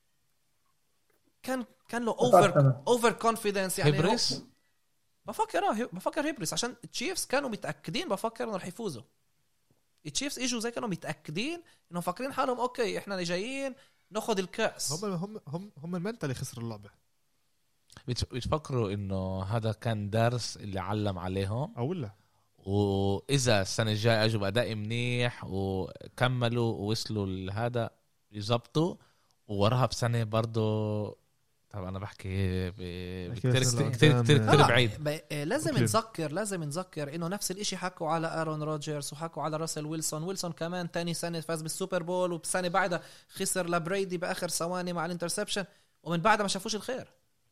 كان كان له اوفر اوفر كونفيدنس يعني. هيبريس بفكر اه بفكر هيبريس عشان التشيفز كانوا متاكدين بفكر انه رح يفوزوا. التشيفز اجوا زي كانوا متاكدين انه فاكرين حالهم اوكي احنا اللي جايين ناخذ الكاس. هم هم هم هم المنتالي خسروا اللعبه. بتفكروا انه هذا كان درس اللي علم عليهم او لا، واذا السنه الجايه اجوا باداء منيح وكملوا ووصلوا لهذا يزبطوا، ووراها بسنه برضو. طبعا انا بحكي كتير كتير كتير كتير بعيد. لازم نذكر لازم نذكر انه نفس الاشي حكوا على ارون روجرز وحكوا على راسل ويلسون. ويلسون كمان تاني سنه فاز بالسوبر بول، وبسنه بعدها خسر لبريدي باخر ثواني مع الانترسبشن، ومن بعدها ما شافوش الخير.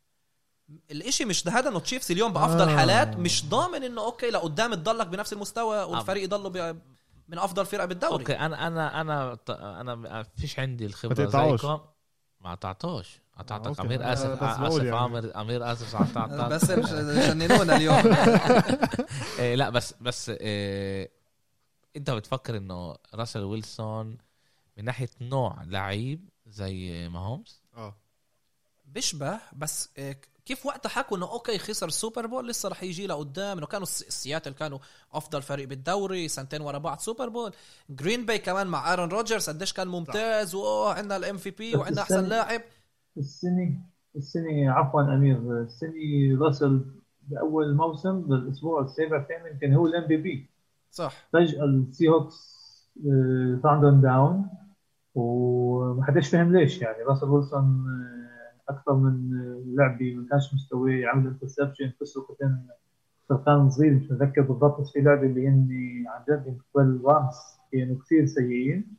الاشي مش هذا انه تشيفز اليوم بافضل آه. حالات مش ضامن انه اوكي لقدام تضلك بنفس المستوى والفريق يضله من افضل فرقه بالدوري. اوكي انا انا انا انا فيش عندي الخبره زيكم. ما تعطوش اعطاك امير اسف اسف يعني. امير امير اسف اعطاك بس جننونا اليوم. إيه لا بس بس إيه انت بتفكر انه راسل ويلسون من ناحيه نوع لعيب زي ماهومز اه بيشبه، بس إيه كيف وقتها حكوا انه اوكي خسر السوبر بول لسه رح يجي لقدام، انه كانوا سياتل كانوا افضل فريق بالدوري سنتين ورا بعض سوبر بول. جرين باي كمان مع ارون روجرز قديش كان ممتاز، واوه عندنا الام في بي وعندنا احسن لاعب السنه السنه عفوا امير السنه راسل باول موسم بالاسبوع السابع الثامن كان هو الام بي بي صح. فجاه السي هوكس فاندون داون وما حدش فهم ليش. يعني راسل ويلسون اكثر من لعبي ما كانش مستوي، عمل انترسبشن خسروا كتن سرطان صغير مش متذكر بالضبط، بس في لعبه اللي هني عن جد الرامز كانوا كثير سيئين.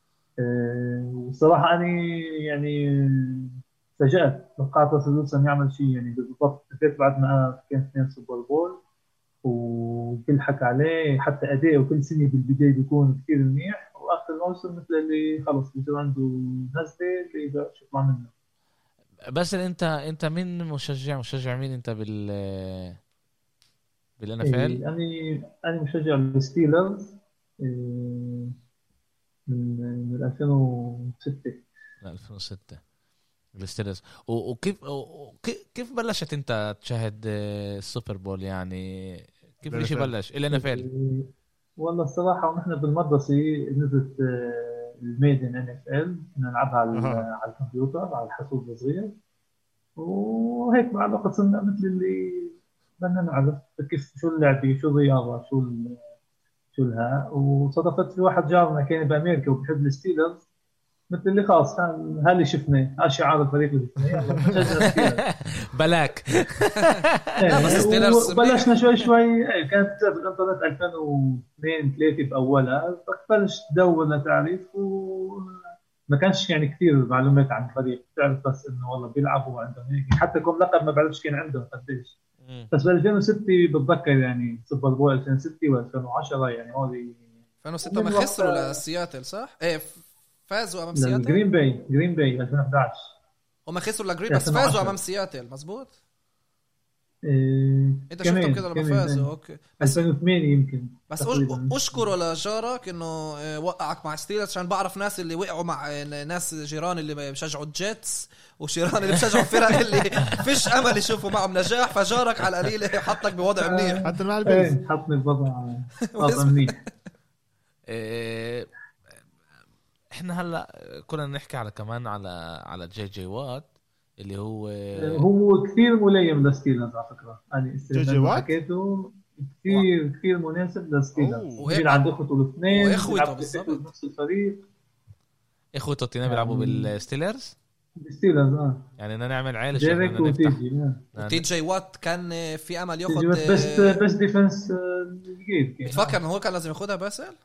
أه وصراحه انا يعني فاجأت توقعت راسل ويلسون يعمل شيء يعني بالضبط. فكرت بعد ما كان اثنين سوبر بول وكل حكى عليه حتى اداءه وكل سنه بالبدايه بيكون كثير منيح، واخر الموسم مثل اللي خلص بيصير عنده نزله اللي بيطلع منه. بس انت انت مين مشجع مشجع مين انت بال بالان اف ال؟ انا انا مشجع الستيلرز من من ألفين وستة. ألفين وستة الستيلرز. وكيف كيف بلشت انت تشاهد السوبر بول؟ يعني كيف الشيء بلش الان اف ال؟ والله الصراحه ونحن بالمدرسه نزلت الميدن ان اف ال نلعبها على أه. على الكمبيوتر على الحاسوب الصغير، وهيك مع الوقت صرنا مثل اللي بدنا نعرف كيف شو اللعبه شو الرياضه شو شو لها. وصدفت في واحد جارنا كان بامريكا وبحب الستيلرز مثل اللي خلاص هاللي شفناه هذا شعار الفريق اللي شفناه يلا نشجع الستيلرز بلاك. بلشنا شوي شوي. كانت الانترنت ألفين واثنين ثلاثة باولها، بلشت تدور لتعرف وما كانش يعني كثير معلومات عن الفريق، تعرف بس انه والله بيلعبوا عندهم هيك حتى كم لقب ما بعرفش كان عندهم قديش. بس ب ألفين وستة بتذكر يعني سوبر بول ألفين وستة و2010 يعني هذه ألفين وستة ما خسروا لسياتل صح؟ ايه فازوا امام سياتل. جرين باي جرين باي ألفين وإحدى عشر هم خسروا لجرين بس فازوا امام سياتل مزبوط. إيه انت شفتهم كده لما فازوا اوكي بس ألفين وثمانية يمكن. بس اشكره لجارك انه وقعك مع ستيلرز، عشان بعرف ناس اللي وقعوا مع ناس جيران اللي بيشجعوا الجيتس وشيران اللي بيشجعوا فرق اللي فيش امل يشوفوا معهم نجاح، فجارك على القليل حطك بوضع منيح. حتى مع البيز حطني بوضع وضع منيح. احنا هلا كنا نحكي على كمان على على جي جي وات اللي هو هو كثير مليم للستيلرز على فكره. يعني جي جي وات حكيته كثير كثير مناسب للستيلرز. أوه. بيلعب عند اخوته الاثنين، وإخوته بيلعب بالضبط. بنفس الفريق. اخوته التنين بيلعبوا بالستيلرز، الستيلرز اه يعني بدنا نعمل عائله ديريك بدنا نفتح وتيجي آه. تي جي وات كان في امل تيجي ياخذ بس بس بس ديفنس جيد. بفكر انه هو كان لازم ياخذها باسل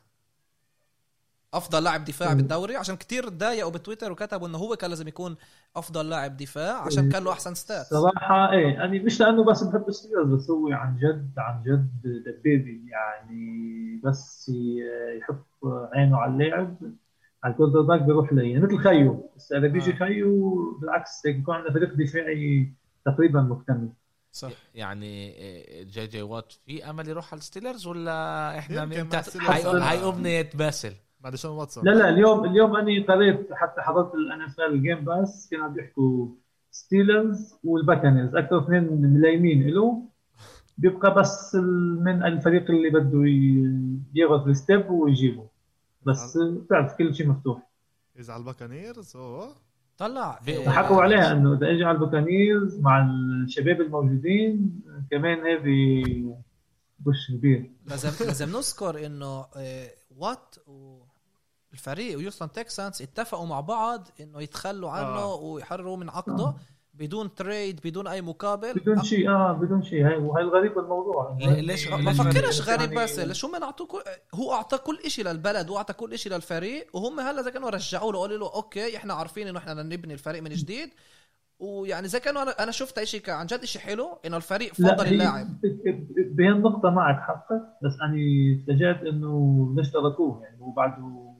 افضل لاعب دفاع بالدوري، عشان كتير ضايقوا بتويتر وكتبوا انه هو كان لازم يكون افضل لاعب دفاع عشان كان له احسن ستات. صراحه ايه يعني مش لانه بس بحب الستيلرز، بس هو عن جد عن جد دبيبي يعني، بس يحط عينه على اللاعب على الكورتر باك بيروح لي يعني مثل خيو. بس اذا بيجي آه. خيو بالعكس يكون عندنا فريق دفاعي تقريبا مكتمل. صح. يعني جي جي وات في امل يروح على الستيلرز ولا احنا يمكن انت مع الستيلرز. هاي هاي امنيه باسل؟ بعد شون واتسون. لا لا اليوم اليوم انا قريت حتى حضرت الان اف ال جيم باس كانوا بيحكوا ستيلرز والباكانيرز اكثر اثنين ملايمين له، بيبقى بس من الفريق اللي بده ياخذ الستيب ويجيبه، بس بتعرف كل شيء مفتوح. اذا على الباكانيرز اوه طلع حكوا عليها انه اذا اجى على الباكانيرز مع الشباب الموجودين كمان هذه بوش كبير. لازم لازم نذكر انه آه، وات والفريق ويوستن تكسانس اتفقوا مع بعض انه يتخلوا عنه آه. ويحرروا من عقده بدون تريد بدون اي مقابل. بدون شيء اه بدون شيء. هاي وهي الغريب بالموضوع. ليه- ليش ما ليش- فكرش غريب يعني- بس شو ما نعطوه كل... هو اعطى كل شيء للبلد واعطى كل شيء للفريق، وهم هلا زي كانوا رجعوا له قالوا له اوكي احنا عارفين انه احنا بدنا نبني الفريق من جديد، ويعني زي كانوا انا انا شفت شيء عن جد شيء حلو انه الفريق لا فضل هي اللاعب. بهالنقطة معك حقك، بس أنا اتفاجأت إنه ليش تركوه يعني. وبعده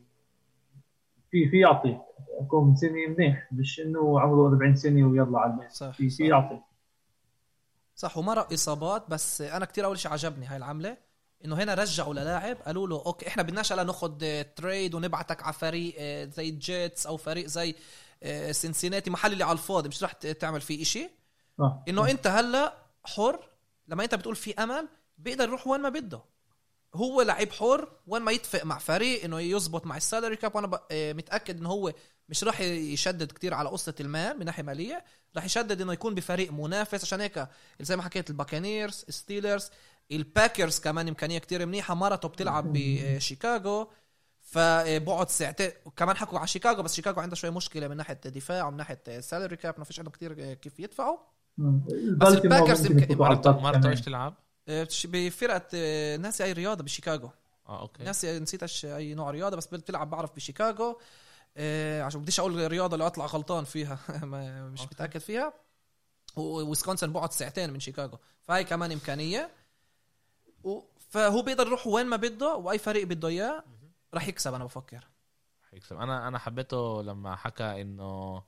في في يعطي يكون سنة منيح، مش إنه عمره أربعين سنة ويلا على البيت. صح في صح, في يعطي صح ومرق اصابات. بس انا كتير اول شيء عجبني هاي العمله انه هنا رجعوا للاعب قالوا له اوكي احنا بدناش هلا ناخذ تريد ونبعتك على فريق آه، زي الجيتس او فريق زي آه، سينسيناتي محل اللي على الفاضي مش رح تعمل فيه إشي. صح. انه انت هلا حر لما انت بتقول في امل بيقدر يروح وين ما بده. هو لعيب حر وين ما يتفق مع فريق انه يزبط مع السالري كاب. وانا ب- آه، متاكد انه هو مش راح يشدد كتير على قصه المال من ناحيه ماليه، راح يشدد انه يكون بفريق منافس. عشان هيك زي ما حكيت الباكانيرز ستيلرز الباكرز كمان امكانيه كتير منيحه. مرته بتلعب بشيكاغو فبقعد ساعتين. وكمان حكوا على شيكاغو بس شيكاغو عنده شويه مشكله من ناحيه دفاع ومن ناحيه سالري كاب ما فيش عندهم كتير كيف يدفعوا. بس الباكرز يمكن- مرته مرته ايش تلعب؟ آه، بفرقه آه، ناسي اي رياضه بشيكاغو. اه اوكي. ناسي نسيت ايش اي نوع رياضه بس بتلعب بعرف بشيكاغو. آه، عشان بديش اقول رياضه اللي اطلع غلطان فيها ما- مش أوكي. متاكد فيها. وويسكونسن بعد ساعتين من شيكاغو فهي كمان امكانيه. و- فهو بيقدر يروح وين ما بده واي فريق بده اياه راح يكسب. انا بفكر حيكسب. انا انا حبيته لما حكى انه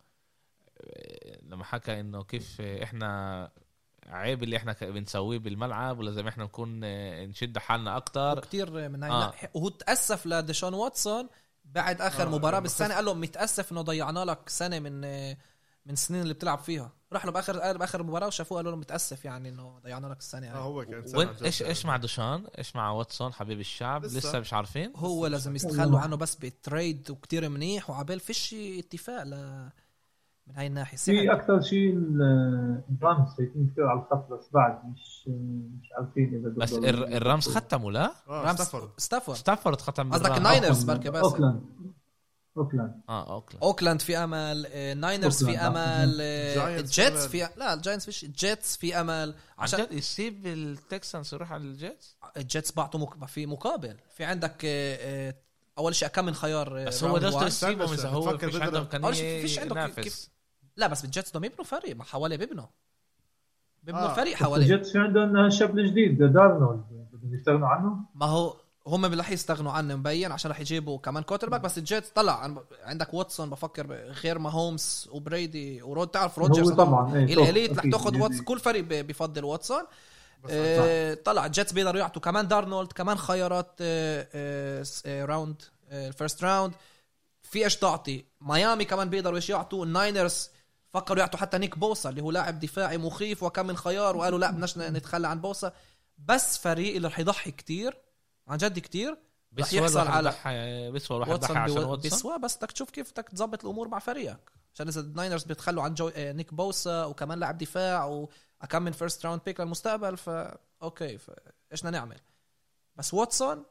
لما حكى انه كيف احنا عيب اللي احنا بنسويه بالملعب ولازم احنا نكون نشد حالنا اكتر. كتير من هاي آه. الناحية. وهو تاسف لديشون واتسون بعد اخر آه، مباراه لما بالسنه قال له متاسف انه ضيعنا لك سنه من من السنين اللي بتلعب فيها. راح له باخر باخر مباراه وشافوه قالوا له متاسف يعني انه ضيعنا لك السنه اه يعني. هو كان سنة وين عن جد ايش يعني. ايش مع دوشان ايش مع واتسون حبيب الشعب لسه. لسه مش عارفين. هو لازم يستخلوا عنه بس بالتريد وكتير منيح وعبال فيش اتفاق ل من هاي الناحيه. في سعر أكثر شيء الرامز شايفين كثير على الخط بس بعد مش مش عارفين إذا بس بدهم- الر- الرامز ختموا لا اه رامز ستافورد. ستافورد ستافورد ختم قصدك بالرامز. الناينرز بركي بس. أوكلاند أوكلاند اه اوكلاند. اوكلاند في امل آه، ناينرز في أوكلاند. امل آه، جاينتس الجيتس في في لا الجاينتس فيش الجيتس في امل عن عشان جد يسيب التكسانس يروح على الجيتس. الجيتس بعطوا مك... في مقابل في عندك آه، آه، اول شيء كم من خيار آه، بس هو round ليش one. يسيبهم اذا هو بتفكر فيش بيقدر- عنده أول شيء امكانيه فيش عنده كيف- ينافس. لا بس بالجيتس بدهم يبنوا فريق ما حواليه بيبنوا بيبنوا آه. فريق بس حواليه. الجيتس في عندهم شاب جديد دارنولد بدهم يستغنوا عنه. ما هو هم رح يستغنوا عنه مبين عشان رح يجيبوا كمان كوتر باك. بس الجيتس طلع عن- عندك واتسون بفكر غير ما هومس وبريدي ورود تعرف روجرز هو طبعا إيه، الاليت رح أكيد. تاخذ واتسون. كل فريق ب- بفضل واتسون. بس آه، طلع الجيتس بيقدروا يعطوا كمان دارنولد كمان خيارات آه، آه، س- آه، راوند آه، الفيرست راوند. في ايش تعطي ميامي كمان بيقدروا ايش يعطوا. الناينرز فكروا يعطوا حتى نيك بوسا اللي هو لاعب دفاعي مخيف وكم من خيار وقالوا لا بدناش نتخلى عن بوسا. بس فريق اللي رح يضحي كتير عن جد كتير رح بيسوى يحصل الواحد على يضحي بيسوى الواحد يضحي واتسون عشان بيو- واتسون. بيسوى. بس بدك تشوف كيف بدك تظبط الامور مع فريقك. عشان اذا الناينرز بيتخلوا عن جو... آه، نيك بوسا وكمان لاعب دفاع وكم من فيرست راوند بيك للمستقبل فا اوكي ف... ايش بدنا نعمل. بس واتسون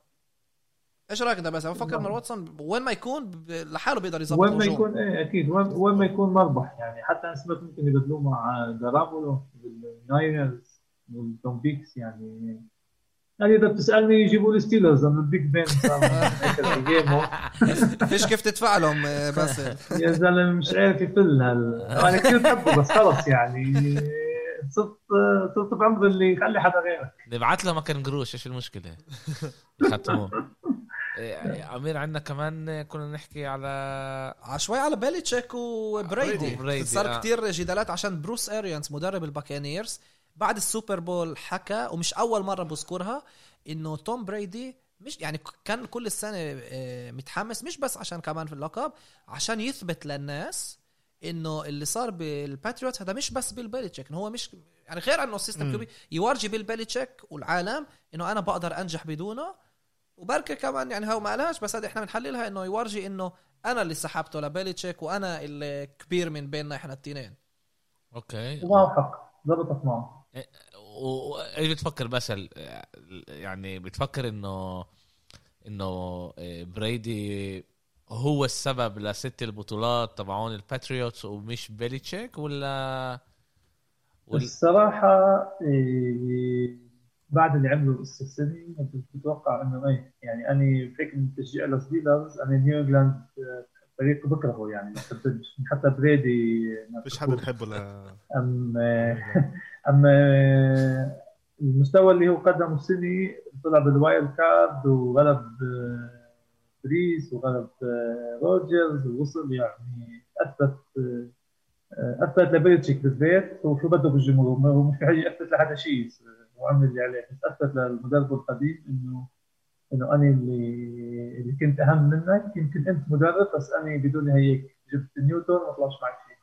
ايش رايك ده؟ بس انا بفكر ان واتسون وين ما يكون ب- لحاله بيقدر يظبط وين ما هجوم. يكون ايه اكيد وين, وين ما يكون مربح يعني. حتى انا سمعت ممكن يبدلوه مع جارابولو بالناينرز والتوم بيكس يعني. يعني اذا بتسالني يجيبوا الستيلرز لانه البيج بين صار هيك ايامه. فيش كيف تدفع لهم آه، بس يا زلمه مش عارف يفل هال انا كثير بحبه بس خلص يعني صرت صرت بعمر اللي يخلي حدا غيرك. نبعت له مكان قروش، ايش المشكله يختموه. إيه، امير عندنا كمان كنا نحكي على عشوي على بيليتشيك وبريدي. بريدي، صار آه. كتير جدالات عشان بروس اريانز مدرب الباكانيرز بعد السوبر بول حكى، ومش اول مره بذكرها، انه توم بريدي مش يعني كان كل السنه آه، متحمس، مش بس عشان كمان في اللقب، عشان يثبت للناس انه اللي صار بالباتريوتس هذا مش بس بالبيليتشيك، انه هو مش يعني غير انه السيستم كيوبي يورجي بالبيليتشيك والعالم انه انا بقدر انجح بدونه. وبركة كمان يعني هو ما قالهاش بس هذا احنا بنحللها انه يورجي انه انا اللي سحبته لبيليتشيك وانا اللي كبير من بيننا احنا التنين. اوكي. ومعه حق ضبطت معه. وايش بتفكر بس ال- يعني بتفكر انه انه بريدي هو السبب لست البطولات تبعون الباتريوتس ومش بيليتشيك ولا ولا الصراحة إيه بعد اللي عمله السنة كنت بتوقع انه ايه يعني انا فكر من تشجيع الستيلرز انا نيو انجلاند فريق بكرهه يعني ما بحبش حتى بريدي ما فيش حدا بحبوش. نحبه ل ام ام المستوى اللي هو قدمه السنة طلع بالوايلد كارد وغلب آه، بريس وغلب آه، روجرز ووصل يعني اثبت آه، اثبت لبيلتشيك بالبيت وشو بده بالجمهور. هو مش حاجه اثبت لحدا شيء وعمل اللي عليه، بس اثبت للمدرب القديم انه انه انا اللي اللي كنت اهم منك. يمكن انت مدرب بس انا بدون هيك جبت نيوتن ما طلعش معك شيء.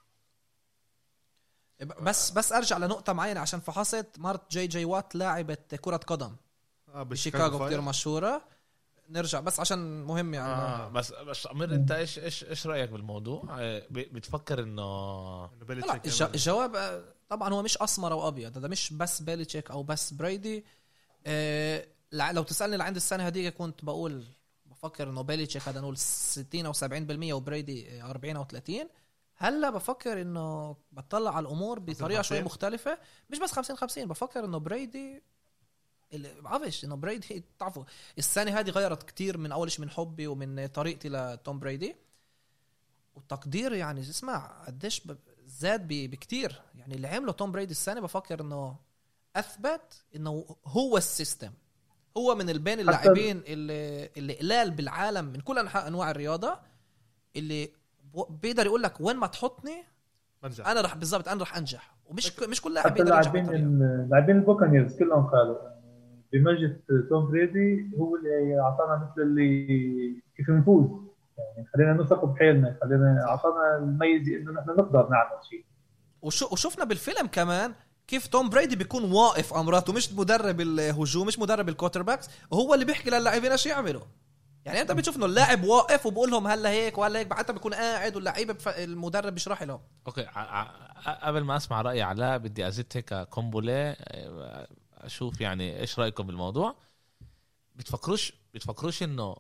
بس بس ارجع لنقطة معينة عشان فحصت مرت جي جي وات لاعبة كرة قدم آه بشيكاغو كتير مشهورة. نرجع بس عشان مهم يعني آه بس بس امير انت ايش ايش ايش رايك بالموضوع؟ آه، ب- بتفكر انه إنه لا بيليتشيك الج- يعمل- الجواب آه، طبعا هو مش اسمر او ابيض، هذا مش بس بيليتشيك او بس بريدي. آه، لع- لو تسالني لعند السنه هذيك كنت بقول بفكر انه بيليتشيك هذا نقول ستين او سبعين بالمية وبريدي آه، أربعين او ثلاثين. هلا بفكر انه بطلع على الامور بطريقه شوي خمسين. مختلفه، مش بس خمسين خمسين. بفكر انه بريدي اللي بعرفش انه بريدي تعرفوا السنه هذه غيرت كتير من اول شيء من حبي ومن طريقتي لتوم بريدي والتقدير. يعني اسمع قديش ب- زاد ب- بكتير يعني اللي عمله توم بريدي السنه. بفكر انه اثبت انه هو السيستم، هو من البين اللاعبين اللي اللي قلال بالعالم من كل انحاء انواع الرياضه اللي ب- بيقدر يقول لك وين ما تحطني بنجح. انا راح بالضبط انا راح انجح. ومش ك- مش كل لاعب حتى بيقدر ينجح اللاعبين بالطريقه. ال- لاعبين البوكانيرز كلهم قالوا بمجد توم بريدي هو اللي اعطانا مثل اللي كيف نفوز يعني. خلينا نثق بحالنا، خلينا اعطانا الميزه انه نحن نقدر نعمل شيء. وشو وشفنا بالفيلم كمان كيف توم بريدي بيكون واقف امراته، مش مدرب الهجوم مش مدرب الكوتر باكس، وهو اللي بيحكي للاعبين ايش يعملوا. يعني انت بتشوف انه اللاعب واقف وبقول لهم هلا هيك وهلا هيك، حتى بيكون قاعد واللعيبه بف... المدرب بيشرح لهم. اوكي. ع- ع- قبل ما اسمع راي علاء بدي ازيد هيك كومبولي آه، اشوف يعني ايش رايكم بالموضوع. بتفكروش بتفكروش انه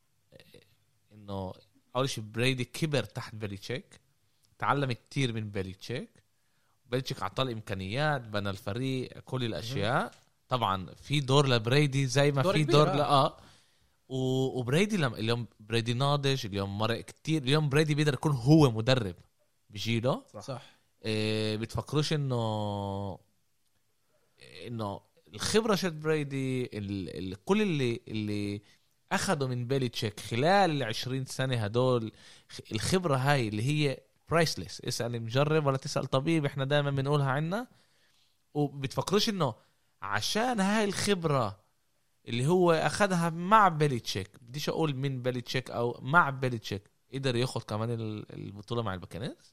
انه اول شيء بريدي كبر تحت بيليتشيك، تعلم كتير من بيليتشيك. بيليتشيك اعطاه الامكانيات، بنى الفريق، كل الاشياء. طبعا في دور لبريدي زي ما دور في كبير، دور آه. لا اه و- وبريدي لما اليوم بريدي ناضج، اليوم مرق كتير، اليوم بريدي بيقدر يكون هو مدرب بجيله. صح. صح. إيه بتفكروش انه انه الخبره شت بريدي ال... ال... كل اللي اللي اخذوا من بيليتشيك خلال العشرين سنه هدول، الخبره هاي اللي هي برايسلس. اسال مجرب ولا تسال طبيب، احنا دائما بنقولها عنا. وبتفكروش انه عشان هاي الخبره اللي هو اخذها مع بيليتشيك، بديش اقول من بيليتشيك او مع بيليتشيك، قدر ياخذ كمان ال- البطوله مع الباكنز.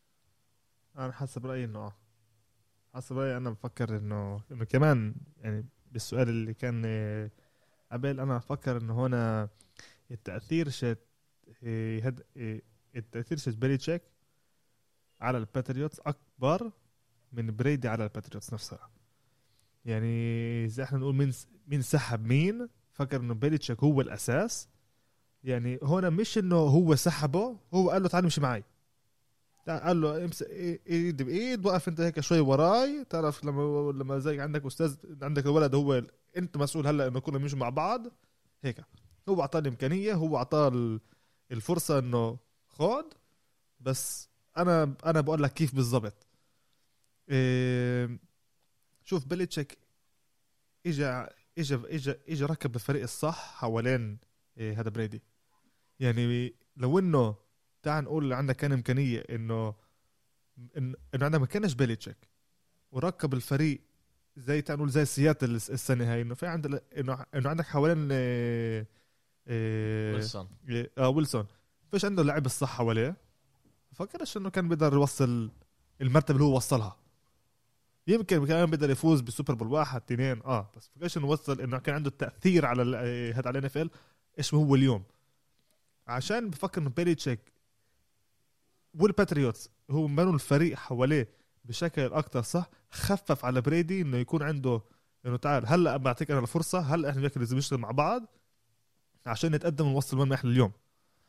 انا حسب رايي انه اه حسب رايي انا بفكر انه انه كمان يعني بالسؤال اللي كان آه، قبل انا بفكر انه هنا التاثير شت آه، هد آه، التاثير شت بيليتشيك على الباتريوتس اكبر من بريدي على الباتريوتس نفسها. يعني زي احنا نقول مين مين سحب مين. فكر انه بيليتشيك هو الاساس. يعني هنا مش انه هو سحبه، هو قال له تعال امشي معي، قال له امسك ايد بايد، وقف انت هيك شوي وراي. تعرف لما لما زي عندك استاذ عندك الولد هو انت مسؤول هلا انه كلهم يمشوا مع بعض هيك. هو اعطاه الامكانيه، هو اعطاه الفرصه انه خد. بس انا انا بقول لك كيف بالضبط. إيه شوف بيليتشيك اجى اجى اجى اجى ركب الفريق الصح حوالين إيه هذا بريدي. يعني لو انه تعال نقول عندك كان امكانيه انه انه عندك ما كانش بيليتشيك وركب الفريق زي تعال نقول زي سياتل السنه هاي، انه في عندك انه انه عندك حوالين إيه إيه ويلسون إيه اه ويلسون فيش عنده اللعب الصح حواليه. فكرش انه كان بيقدر يوصل المرتبه اللي هو وصلها. يمكن كان بيقدر يفوز بالسوبر بول واحد اثنين اه بس فكرش انه وصل انه كان عنده التاثير على هذا على ان اف ال ايش هو اليوم. عشان بفكر انه بيليتشيك والباتريوتس هو بنوا الفريق حواليه بشكل اكتر صح. خفف على بريدي انه يكون عنده انه تعال هلا بعطيك انا الفرصه، هلا احنا لازم نشتغل مع بعض عشان نتقدم ونوصل وين ما احنا اليوم.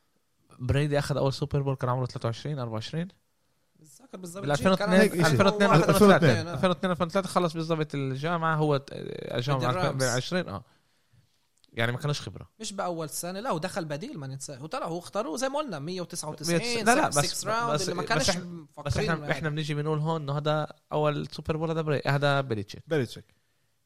بريدي اخذ اول سوبر بول كان عمره ثلاثة وعشرين أربعة وعشرين بتذكر بالضبط بال ألفين واثنين هيك إشي. ألفين واثنين واحد ألفين واثنين وثلاثين. ألفين واثنين ألفين وثلاثة خلص بالضبط الجامعه. هو الجامعه الرامز. عشرين اه يعني ما كانش خبره. مش باول سنه، لا ودخل بديل ما ننساه. وطلع هو اختاروه زي ما قلنا مية وتسعة وتسعين. لا لا بس ستة راوند بس, اللي ما بس, كانش احنا, بس مفكرين. احنا احنا بنيجي بنقول هون انه هذا اول سوبر بول هذا بري هذا بيليتشيك. بيليتشيك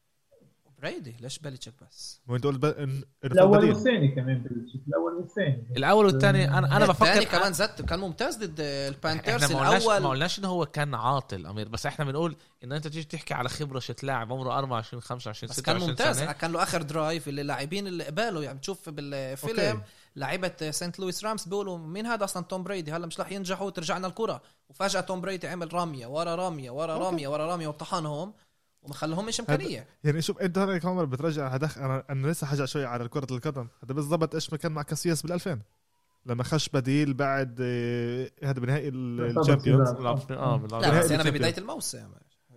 بريدي ليش بليتشيك بس؟ هو انت قلت ب... إن... الاول والثاني كمان بلشت الاول والثاني الاول والثاني انا انا الثاني بفكر كمان زت كان ممتاز ضد البانترز. احنا ما قلناش ما الاول قلناش انه هو كان عاطل امير، بس احنا بنقول انه انت تيجي تحكي على خبره شت لاعب عمره أربعة وعشرين خمسة وعشرين بس ستة كان وعشرين ممتاز سنة. كان له اخر درايف اللي لاعبين اللي قباله يعني بتشوف بالفيلم لاعيبه سانت لويس رامز بيقولوا مين هذا اصلا توم بريدي هلا مش رح ينجحوا ترجعنا الكره. وفجاه توم بريدي عمل راميه ورا راميه ورا راميه ورا راميه وطحنهم وما خلهم مش امكانيه. يعني شوف انت هنا كمان بترجع هدخ انا انا لسه حاجه شوي على كره القدم. هذا بالضبط ايش ما كان مع كاسياس بالألفين لما خش بديل بعد هذا بنهائي الشامبيونز. اه لا بس انا ببدايه الموسم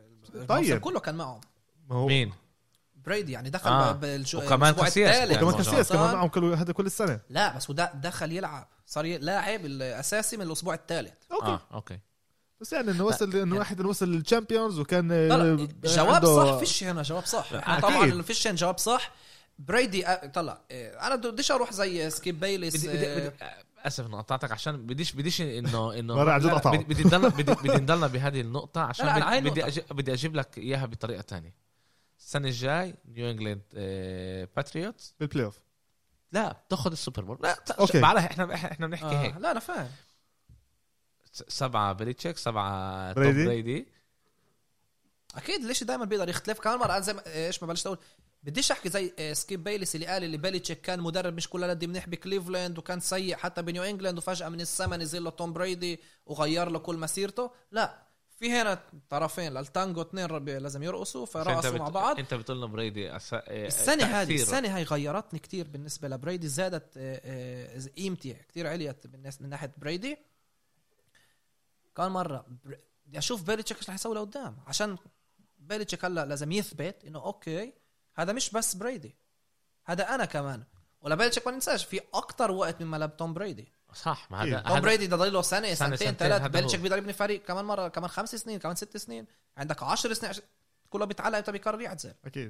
طيب كله كان معهم مين بريدي يعني دخل آه. بالجو وكمان كاسياس وكمان كاسياس كمان معهم كل هذا كل السنه. لا بس وده دخل يلعب صار لاعب الاساسي من الاسبوع الثالث. اوكي اه اوكي بس يعني انه وصل انه يعني واحد وصل للشامبيونز وكان جواب عنده... صح فيش هنا جواب صح. طبعا فيش هنا جواب صح. بريدي طلع انا بديش اروح زي سكيب بايليس. بدي بدي اسف انه قطعتك عشان بديش بديش انه انه لا لا بدي نضلنا بدي نضلنا بهذه النقطه عشان لا لا بدي بدي, أجيب بدي اجيب لك اياها بطريقه تانية. السنه الجاي نيو انجلاند باتريوتس بالبلاي اوف لا بتاخذ السوبر بول. لا أوكي. بعدها احنا احنا بنحكي آه. هيك. لا انا فاهم سبعة بريتشيك سبعة توم بريدي. بريدي اكيد. ليش دائما بيقدر يختلف كمان مره. زي ما ايش ما بلشت اقول بديش احكي زي سكيب بايليس اللي قال اللي بيليتشيك كان مدرب مش كل قد منيح بكليفلاند وكان سيء حتى بنيو انجلاند وفجاه من السما نزل له توم بريدي وغير له كل مسيرته. لا في هنا طرفين للتانجو اثنين لازم يرقصوا فرقصوا مع بعض. انت بتقول لنا بريدي أس... السنه هذه السنه هاي غيرتني كتير بالنسبه لبريدي. زادت قيمتي كتير عليت بالناس من ناحيه بريدي. كان مره بدي بر... اشوف بيليتشيك ايش رح يسوي لقدام عشان بيليتشيك هلا لازم يثبت انه اوكي هذا مش بس بريدي هذا انا كمان. ولا بيليتشيك ما ننساش في اكتر وقت مما لعب توم بريدي. صح ما هذا توم بريدي ده ضل له سنه, سنة سنتين ثلاث. بيليتشيك بيقدر يبني فريق كمان مره كمان خمس سنين كمان ست سنين عندك عشر سنين عش... كله بيتعلق انت بيقرر يعزل اكيد.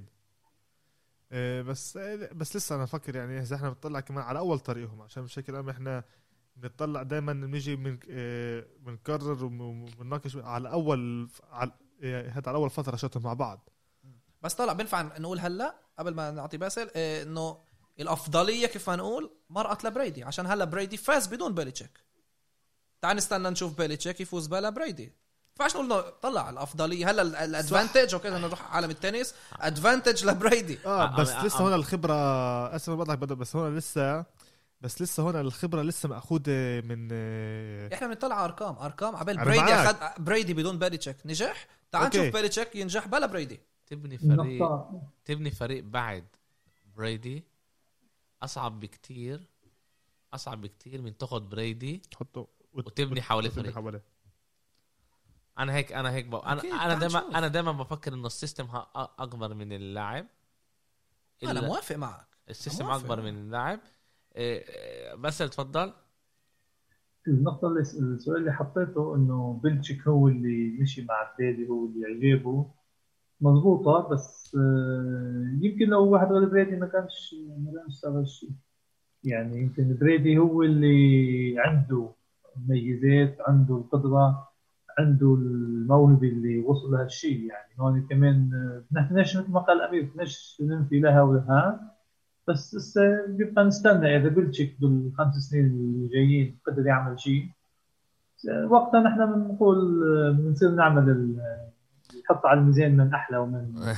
إيه بس بس لسه انا افكر يعني اذا احنا بنطلع كمان على اول طريقهم عشان بشكل عام احنا بنطلع دائما بنيجي من إيه بنكرر وبنناقش على اول على إيه هذا على اول فتره شاتهم مع بعض. بس طلع بنفع نقول هلا قبل ما نعطي باسل إيه انه الافضليه كيف هنقول مرقت لبريدي عشان هلا بريدي فاز بدون بيليتشيك. تعال نستنى نشوف بيليتشيك يفوز بلا بريدي. فاش نقول طلع الافضليه هلا الادفانتج اوكي نروح عالم التنس ادفانتج لبريدي. اه بس آه لسه آه هنا الخبره اسف بضحك بس هنا لسه بس لسه هنا الخبره لسه ماخوذه من آه احنا بنطلع ارقام ارقام قبل بريدي اخذ بريدي بدون بيليتشيك نجح. تعال نشوف بيليتشيك ينجح بلا بريدي. تبني فريق تبني فريق بعد بريدي اصعب بكتير اصعب بكتير من تاخذ بريدي تحطه وتبني حواليه فريق حواليه. انا هيك انا هيك بق... انا أكيد، انا تعال دايما نشوف. انا دايما بفكر انه السيستم ها- اكبر من اللاعب. انا إلا- موافق معك. السيستم موافق. اكبر من اللاعب. إيه، إيه، بس تفضل. النقطة اللي السؤال اللي حطيته إنه بلتشيك هو اللي مشي مع بريدي، هو اللي عجبه مضبوطة. بس آه، يمكن لو واحد غير بريدي ما كانش ما كانش سوى الشيء. يعني يمكن بريدي هو اللي عنده مميزات، عنده القدرة، عنده الموهبة اللي وصل لها الشيء. يعني هون كمان آه، نحن بدناش مثل ما قال أمير بدناش ننفي لها ولها. بس هسه بيبقى نستنى إذا بلتشيك بالخمس سنين اللي جايين قدر يعمل شيء، وقتها نحن بنقول آه، بنصير نعمل ال- نحط على الميزان من أحلى ومن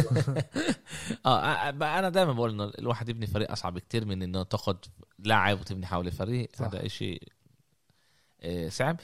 اه بقى انا دايما بقول انه الواحد يبني فريق اصعب كتير من انه تاخد لاعب وتبني حوالي فريق. صح. هذا اشي آه، صعب.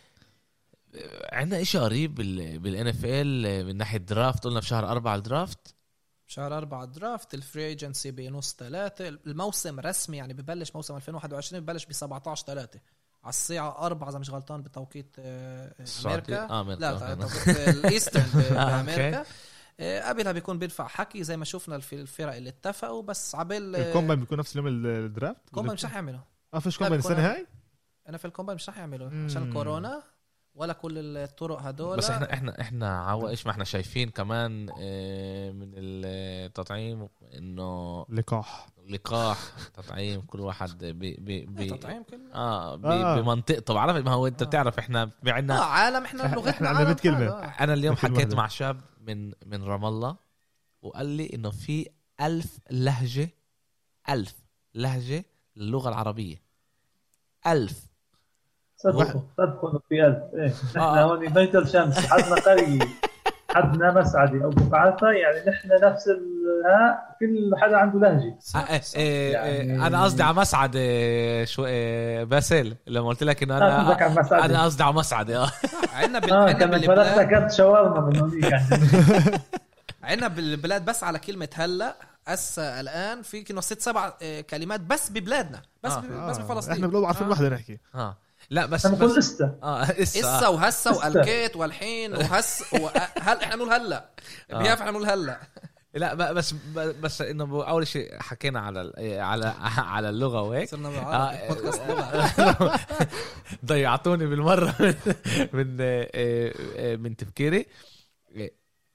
عندنا اشي قريب بالان اف ال من ناحيه درافت. قلنا في شهر أربعة الدرافت. شهر أربعة درافت، الفري ايجنسي بنص ثلاثة، الموسم رسمي يعني ببلش موسم ألفين وواحد وعشرين ببلش ب سبعتاشر ثلاثة على الساعة أربعة إذا مش غلطان بتوقيت آه، السعودية. أمريكا. آه، أمريكا. لا توقيت الإيسترن ب- آه، بأمريكا. آه، قبلها بيكون بيدفع حكي زي ما شفنا في الفرق اللي اتفقوا. بس عبال الكومباين بيكون نفس اليوم الدرافت. كومباين مش رح يعملوا. اه فيش لا، كومباين بيكون السنه هاي. أنا في الكومباين مش رح يعملوا مم. عشان كورونا ولا كل الطرق هدول. بس احنا احنا احنا عوا ايش ما احنا شايفين كمان آه، من التطعيم انه لقاح. لقاح تطعيم كل واحد بي بي بي تطعيم كلمة. اه, بي آه. بمنطقته. بعرف ما هو انت آه. بتعرف احنا آه عندنا. عالم احنا لغتنا إحنا عندنا عالم بيت كلمة. حاجة. انا اليوم بكلمة حكيت واحدة. مع شاب من من رام الله وقال لي انه في ألف لهجة ألف لهجة للغة العربية. ألف. صدقوا صدقوا إنه في ألف. إيه نحن آه. هون بيت الشمس، حدنا قرية، حدنا مسعدي أو بقعتها. يعني نحن نفس ال ها كل حدا عنده لهجة. آه، آه، آه، يعني- انا قصدي على مسعد آه، شو آه، باسل لما قلت لك انه لا قصدك على انا مسعدي. انا قصدي على مسعد. اه عندنا بال... اه عندنا كان بالبلاد فلتنا كرت شاورما من هونيك يعني. عندنا بالبلاد بس على كلمة هلا هسه الآن في كنا ست سبع آه، كلمات بس ببلادنا بس آه. ب... آه. بس بفلسطين. احنا بنقول عارفين آه. واحده نحكي. اه لا بس نقول بس استا. اه اسا إسا وهسه إسا. والكيت والحين وهس وهل احنا نقول هلا آه. بيعرف احنا نقول هلا. لا ب- بس ب- بس انه اول شيء حكينا على ال- على على اللغه وهيك. صرنا آه، بالعربي بودكاست لغة. ضيعتوني بالمره من من, آه، آه، من تفكيري. آه،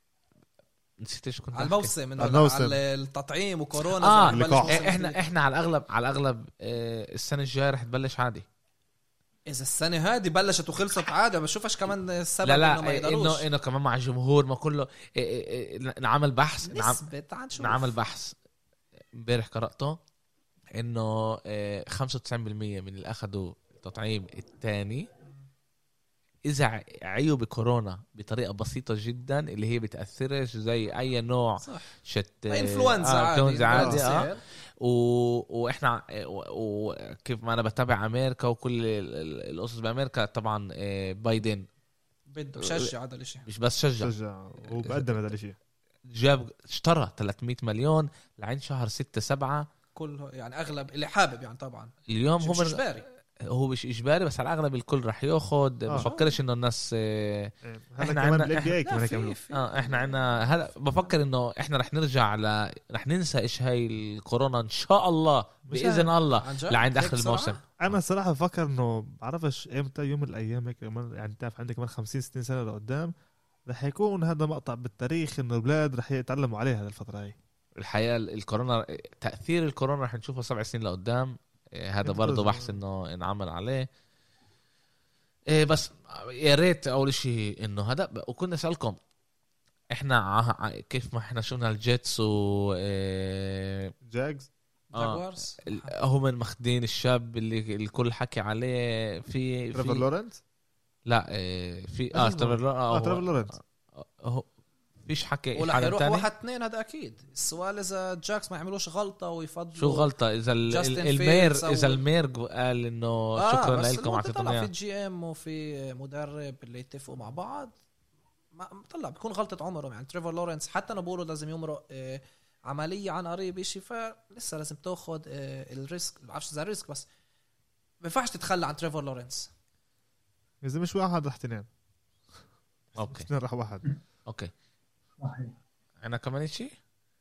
نسيت ايش كنت على أحكي. الموسم انه على الموسم. على التطعيم وكورونا. اه زي ما بلش اللقاح. موسم احنا جديد. احنا على الاغلب على الاغلب آه، السنه الجايه رح تبلش عادي. اذا السنه هذه بلشت وخلصت عادي بشوفش كمان السبب لا لا انه ما آه، يقدروش. انه انه كمان مع الجمهور ما كله آه، آه، آه، نعمل بحث نعم نسبة تعال نشوف. نعمل بحث امبارح قرأته انه آه، خمسة وتسعين بالمية من اللي اخذوا التطعيم الثاني اذا عيوا بكورونا بطريقه بسيطه جدا اللي هي بتاثرش زي اي نوع صح. شت انفلونزا آه، عادي انفلونزا عادي آه. اه و... واحنا وكيف ما انا بتابع امريكا وكل ال- ال- القصص بامريكا طبعا آه، بايدن بده بشجع هذا الاشي. مش بس شجع شجع وبقدم هذا الشيء. جاب اشترى ثلاثمية مليون لعين شهر ستة سبعة. كل يعني اغلب اللي حابب يعني طبعا اليوم هو مش من اجباري. هو مش اجباري بس على الاغلب الكل رح ياخد. آه. بفكرش انه الناس آه، هذا إحنا كمان عنا- بالاف بي اي لا كمان في كمان. في اه احنا عنا هلا بفكر انه احنا رح نرجع ل رح ننسى ايش هاي الكورونا ان شاء الله مش باذن الله عن جد؟ لعند هيك اخر بسرعة؟ الموسم. انا الصراحه بفكر انه بعرفش امتى يوم من الايام هيك كمان، يعني تعرف عندك كمان خمسين ستين سنه لقدام رح يكون هذا مقطع بالتاريخ انه البلاد رح يتعلموا عليها هذه الفتره هي. الحقيقه الكورونا تاثير الكورونا رح نشوفه سبع سنين لقدام. آه، هذا أنت برضه بتقول- بحث انه انعمل عليه. إيه بس يا ريت اول شيء انه هذا وكنا نسالكم احنا ع- ع- كيف ما احنا شفنا الجيتس و إيه جاكز آه، جاكوارز. ال- هم ماخدين الشاب اللي الكل حكي عليه في تريفر في لورنس. لا إيه في إيش اه اسمه؟ تريفر لورنس اه اه تريفر هو- لورنس. هو فيش حكي ولا حدا حيروح تاني. واحد اثنين هذا اكيد. السؤال اذا جاكس ما يعملوش غلطه ويفضلوا شو غلطة إذا ال- جاستن ال- المير فيلدز أو- إذا المير قال إنه آه شكرا بس لكم لو أعطيتم طلع في إياه. جي ام وفي مدرب اللي يتفقوا مع بعض ما طلع بيكون غلطه عمرهم. يعني تريفر لورنس حتى انا بقوله لازم يمرق آه، عمليه عن قريب شيء فلسه لازم تاخذ آه، الريسك. ما بعرفش اذا الريسك بس ما ينفعش تتخلى عن تريفر لورنس. اذا مش واحد رح تنام. اوكي اثنين راح واحد. اوكي صحيح. انا كمان شيء.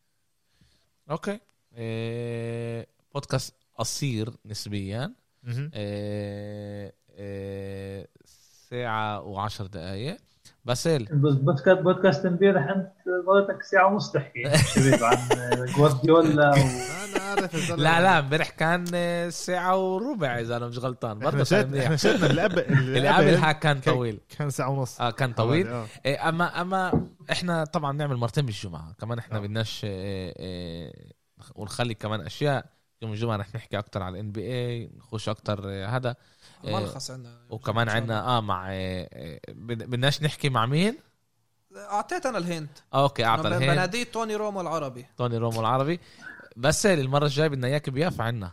اوكي إيه... بودكاست قصير نسبيا. مهم. إيه... إيه... ساعة وعشر دقايق بس ال... بس بودكاست بودكاست امبارح انت ضلتك ساعه ونص تحكي شباب عن جوارديولا و... انا عارف الزلمة. لا لا امبارح كان ساعة وربع اذا انا مش غلطان احنا برضه شفنا كان منيح. احنا شفنا اللي قبل اللي قبلها كان طويل. كان ساعة ونص. اه كان طويل. آه. إيه اما اما احنا طبعا نعمل مرتين بالجمعة كمان احنا آه. بدناش إيه إيه ونخلي كمان اشياء. يوم الجمعة رح نحكي اكتر على الان بي اي نخش اكتر إيه هذا إيه ملخص عندنا وكمان عندنا اه مع إيه إيه بدناش نحكي مع مين. اعطيت انا الهنت. آه اوكي اعطى الهند بناديه توني رومو العربي. توني رومو العربي. بس المرة الجاية بدنا اياك بيافا عنا.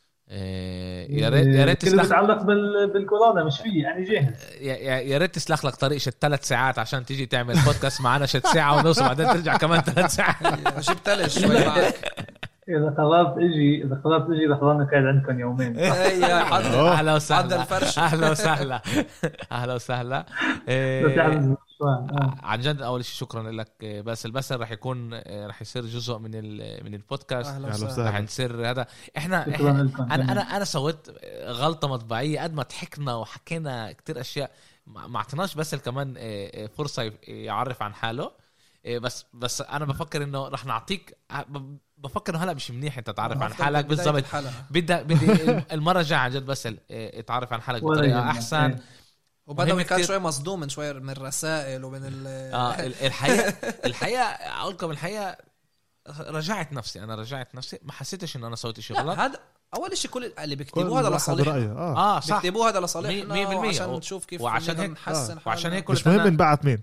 إيه يا ريت يا ريت كله تسلخ بيتعلق بال... بالكورونا مش فيه يعني جاهز. يا يا يا ريت تسلخ لك طريق شت ثلاث ساعات عشان تيجي تعمل بودكاست معنا شت ساعة ونص وبعدين ترجع كمان ثلاث ساعات. جبت تلج شوي معك. اذا قررت اجي اذا قررت اجي رح ضلني قاعد عندكم يومين. يا حد اهلا عند وسهلا الفرش. اهلا وسهلا اهلا وسهلا. إيه، بس يعني شوان. آه. عن جد اول شيء شكرا لك باسل. باسل رح يكون رح يصير جزء من ال- من البودكاست. اهلا أهلا وسهلا. وسهلا. رح نصير هذا احنا, شكرا إحنا لكم. انا انا انا سويت غلطه مطبعيه قد ما ضحكنا وحكينا كتير اشياء ما ما اعطيناش باسل كمان إيه، إيه، فرصه ي- يعرف عن حاله. إيه، بس بس انا بفكر انه رح نعطيك ب- بفكر انه هلا مش منيح انت تعرف عن أفضل حالك بداية بالضبط. الحلقة. بدي بدي المره الجايه عن جد بس إيه، تعرف عن حالك ولا بطريقه يهمك. احسن. إيه. وبدأ مهم كان كتير. شوي مصدوم من شوي من الرسائل ومن ال اه ال- الحقيقه الحقيقه اقول لكم الحقيقه رجعت نفسي انا رجعت نفسي ما حسيتش انه انا سويت شيء لا غلط. هذا اول شيء كل اللي كل بيكتبوه هذا واحد لصالحنا. برأيه. اه اه صح بيكتبوه هذا مية- لصالحنا مية بالمية. وعشان و- نشوف كيف وعشان نقدر هيك- نحسن وعشان حالنا. هيك مش قلت أنا- مهم نبعت مين.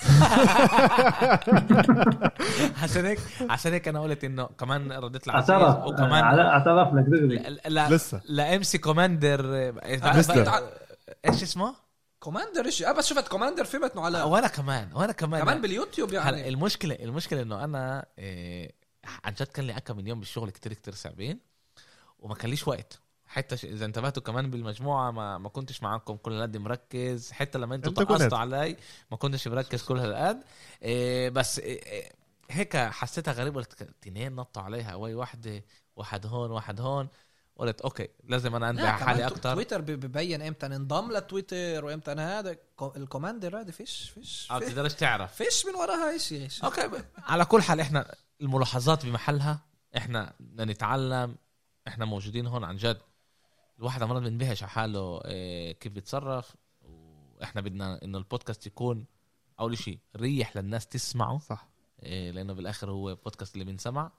عشان هيك عشان هيك انا قلت انه كمان رديت لعزيز اعترف وكمان على اعترف لك دغري. لا لا لسه. لا ام سي كوماندر مستر. ايش اسمه كوماندر ايش اه بس شفت كوماندر فهمت انه على وانا كمان وانا كمان كمان باليوتيوب هلا يعني. المشكله المشكله انه انا إيه عن جد كان لي اكم من يوم بالشغل كتير كتير صعبين وما كان ليش وقت. حتى ش- اذا انتبهتوا كمان بالمجموعه ما ما كنتش معاكم كل هالقد مركز. حتى لما انتوا أنت كنت. طقستوا علي ما كنتش مركز كل هالقد. إيه بس إيه إيه هيك حسيتها غريبه. قلت تنين نطوا عليها وي واحده واحد هون واحد هون. قلت اوكي لازم انا انبه لا على حالي كمان اكتر. تويتر بي- ببين امتى ننضم لتويتر وامتى أنا هذا كو- الكوماندر هذا فيش فيش اه فيش, بتقدرش تعرف. فيش من وراها شيء ايش اوكي ب- على كل حال احنا الملاحظات بمحلها. احنا بدنا نتعلم. احنا موجودين هون عن جد. الواحد عمره بينبهش على حاله إيه كيف بيتصرف. واحنا بدنا انه البودكاست يكون اول شيء ريح للناس تسمعه. صح. إيه لانه بالاخر هو بودكاست اللي بنسمع.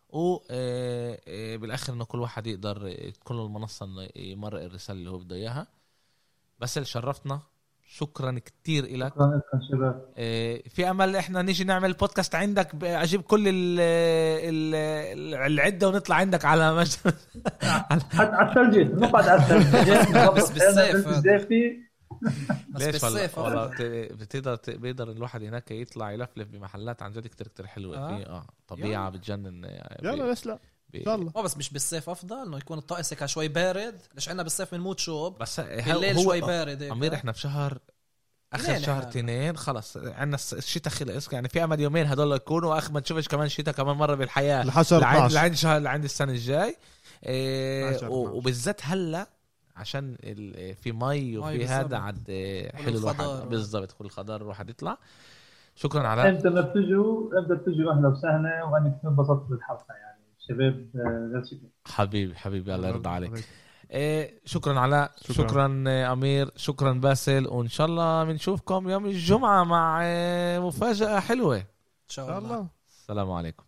وبالاخر انه كل واحد يقدر تكون له المنصه انه يمرق الرساله اللي هو بده اياها. بس اللي شرفتنا شكرا كتير إلك. شكرا لكم شباب. إيه، في امل احنا نيجي نعمل بودكاست عندك ب- اجيب كل ال ال العده ونطلع عندك على مج... حتى على الثلج نقعد على الثلج بس بالصيف. بالزيفتي. بس ليش والله بالصيف والله آه. ت- بتقدر ت- بيقدر الواحد هناك يطلع يلفلف بمحلات عن جد كتير كتير حلوه. آه. في اه طبيعه يلا. بتجنن. يلا ليش لا ان شاء الله. اه بس مش بالصيف افضل انه يكون الطقس هيك شوي بارد. ليش عنا بالصيف بنموت شوب بس بالليل هو شوي بارد هيك. عمير احنا في شهر اخر اثنين شهر إحنا. تنين خلص عندنا الشتاء خلص. يعني في امل يومين هدول يكونوا اخ ما تشوفش كمان شتاء كمان مره بالحياه الحشر لعند اثناشر. لعند شهر لعند السنه الجاي. إيه عشرة و- اثناشر. وبالذات هلا عشان ال- في مي وفي بالضبط. هذا عاد إيه، حلو الواحد والخضار. بالضبط كل الخضار الواحد يطلع. شكرا على انت ما بتجوا انت بتجوا اهلا وسهلا وانا كثير انبسطت بالحلقه يعني الشباب آه، غير شكل. حبيبي حبيبي الله يرضى عليك. عليك. إيه شكرا علاء شكراً. شكرا, شكرا إيه، امير شكرا باسل وان شاء الله بنشوفكم يوم الجمعه مع إيه، مفاجاه حلوه. ان شاء ان شاء الله الله. السلام عليكم.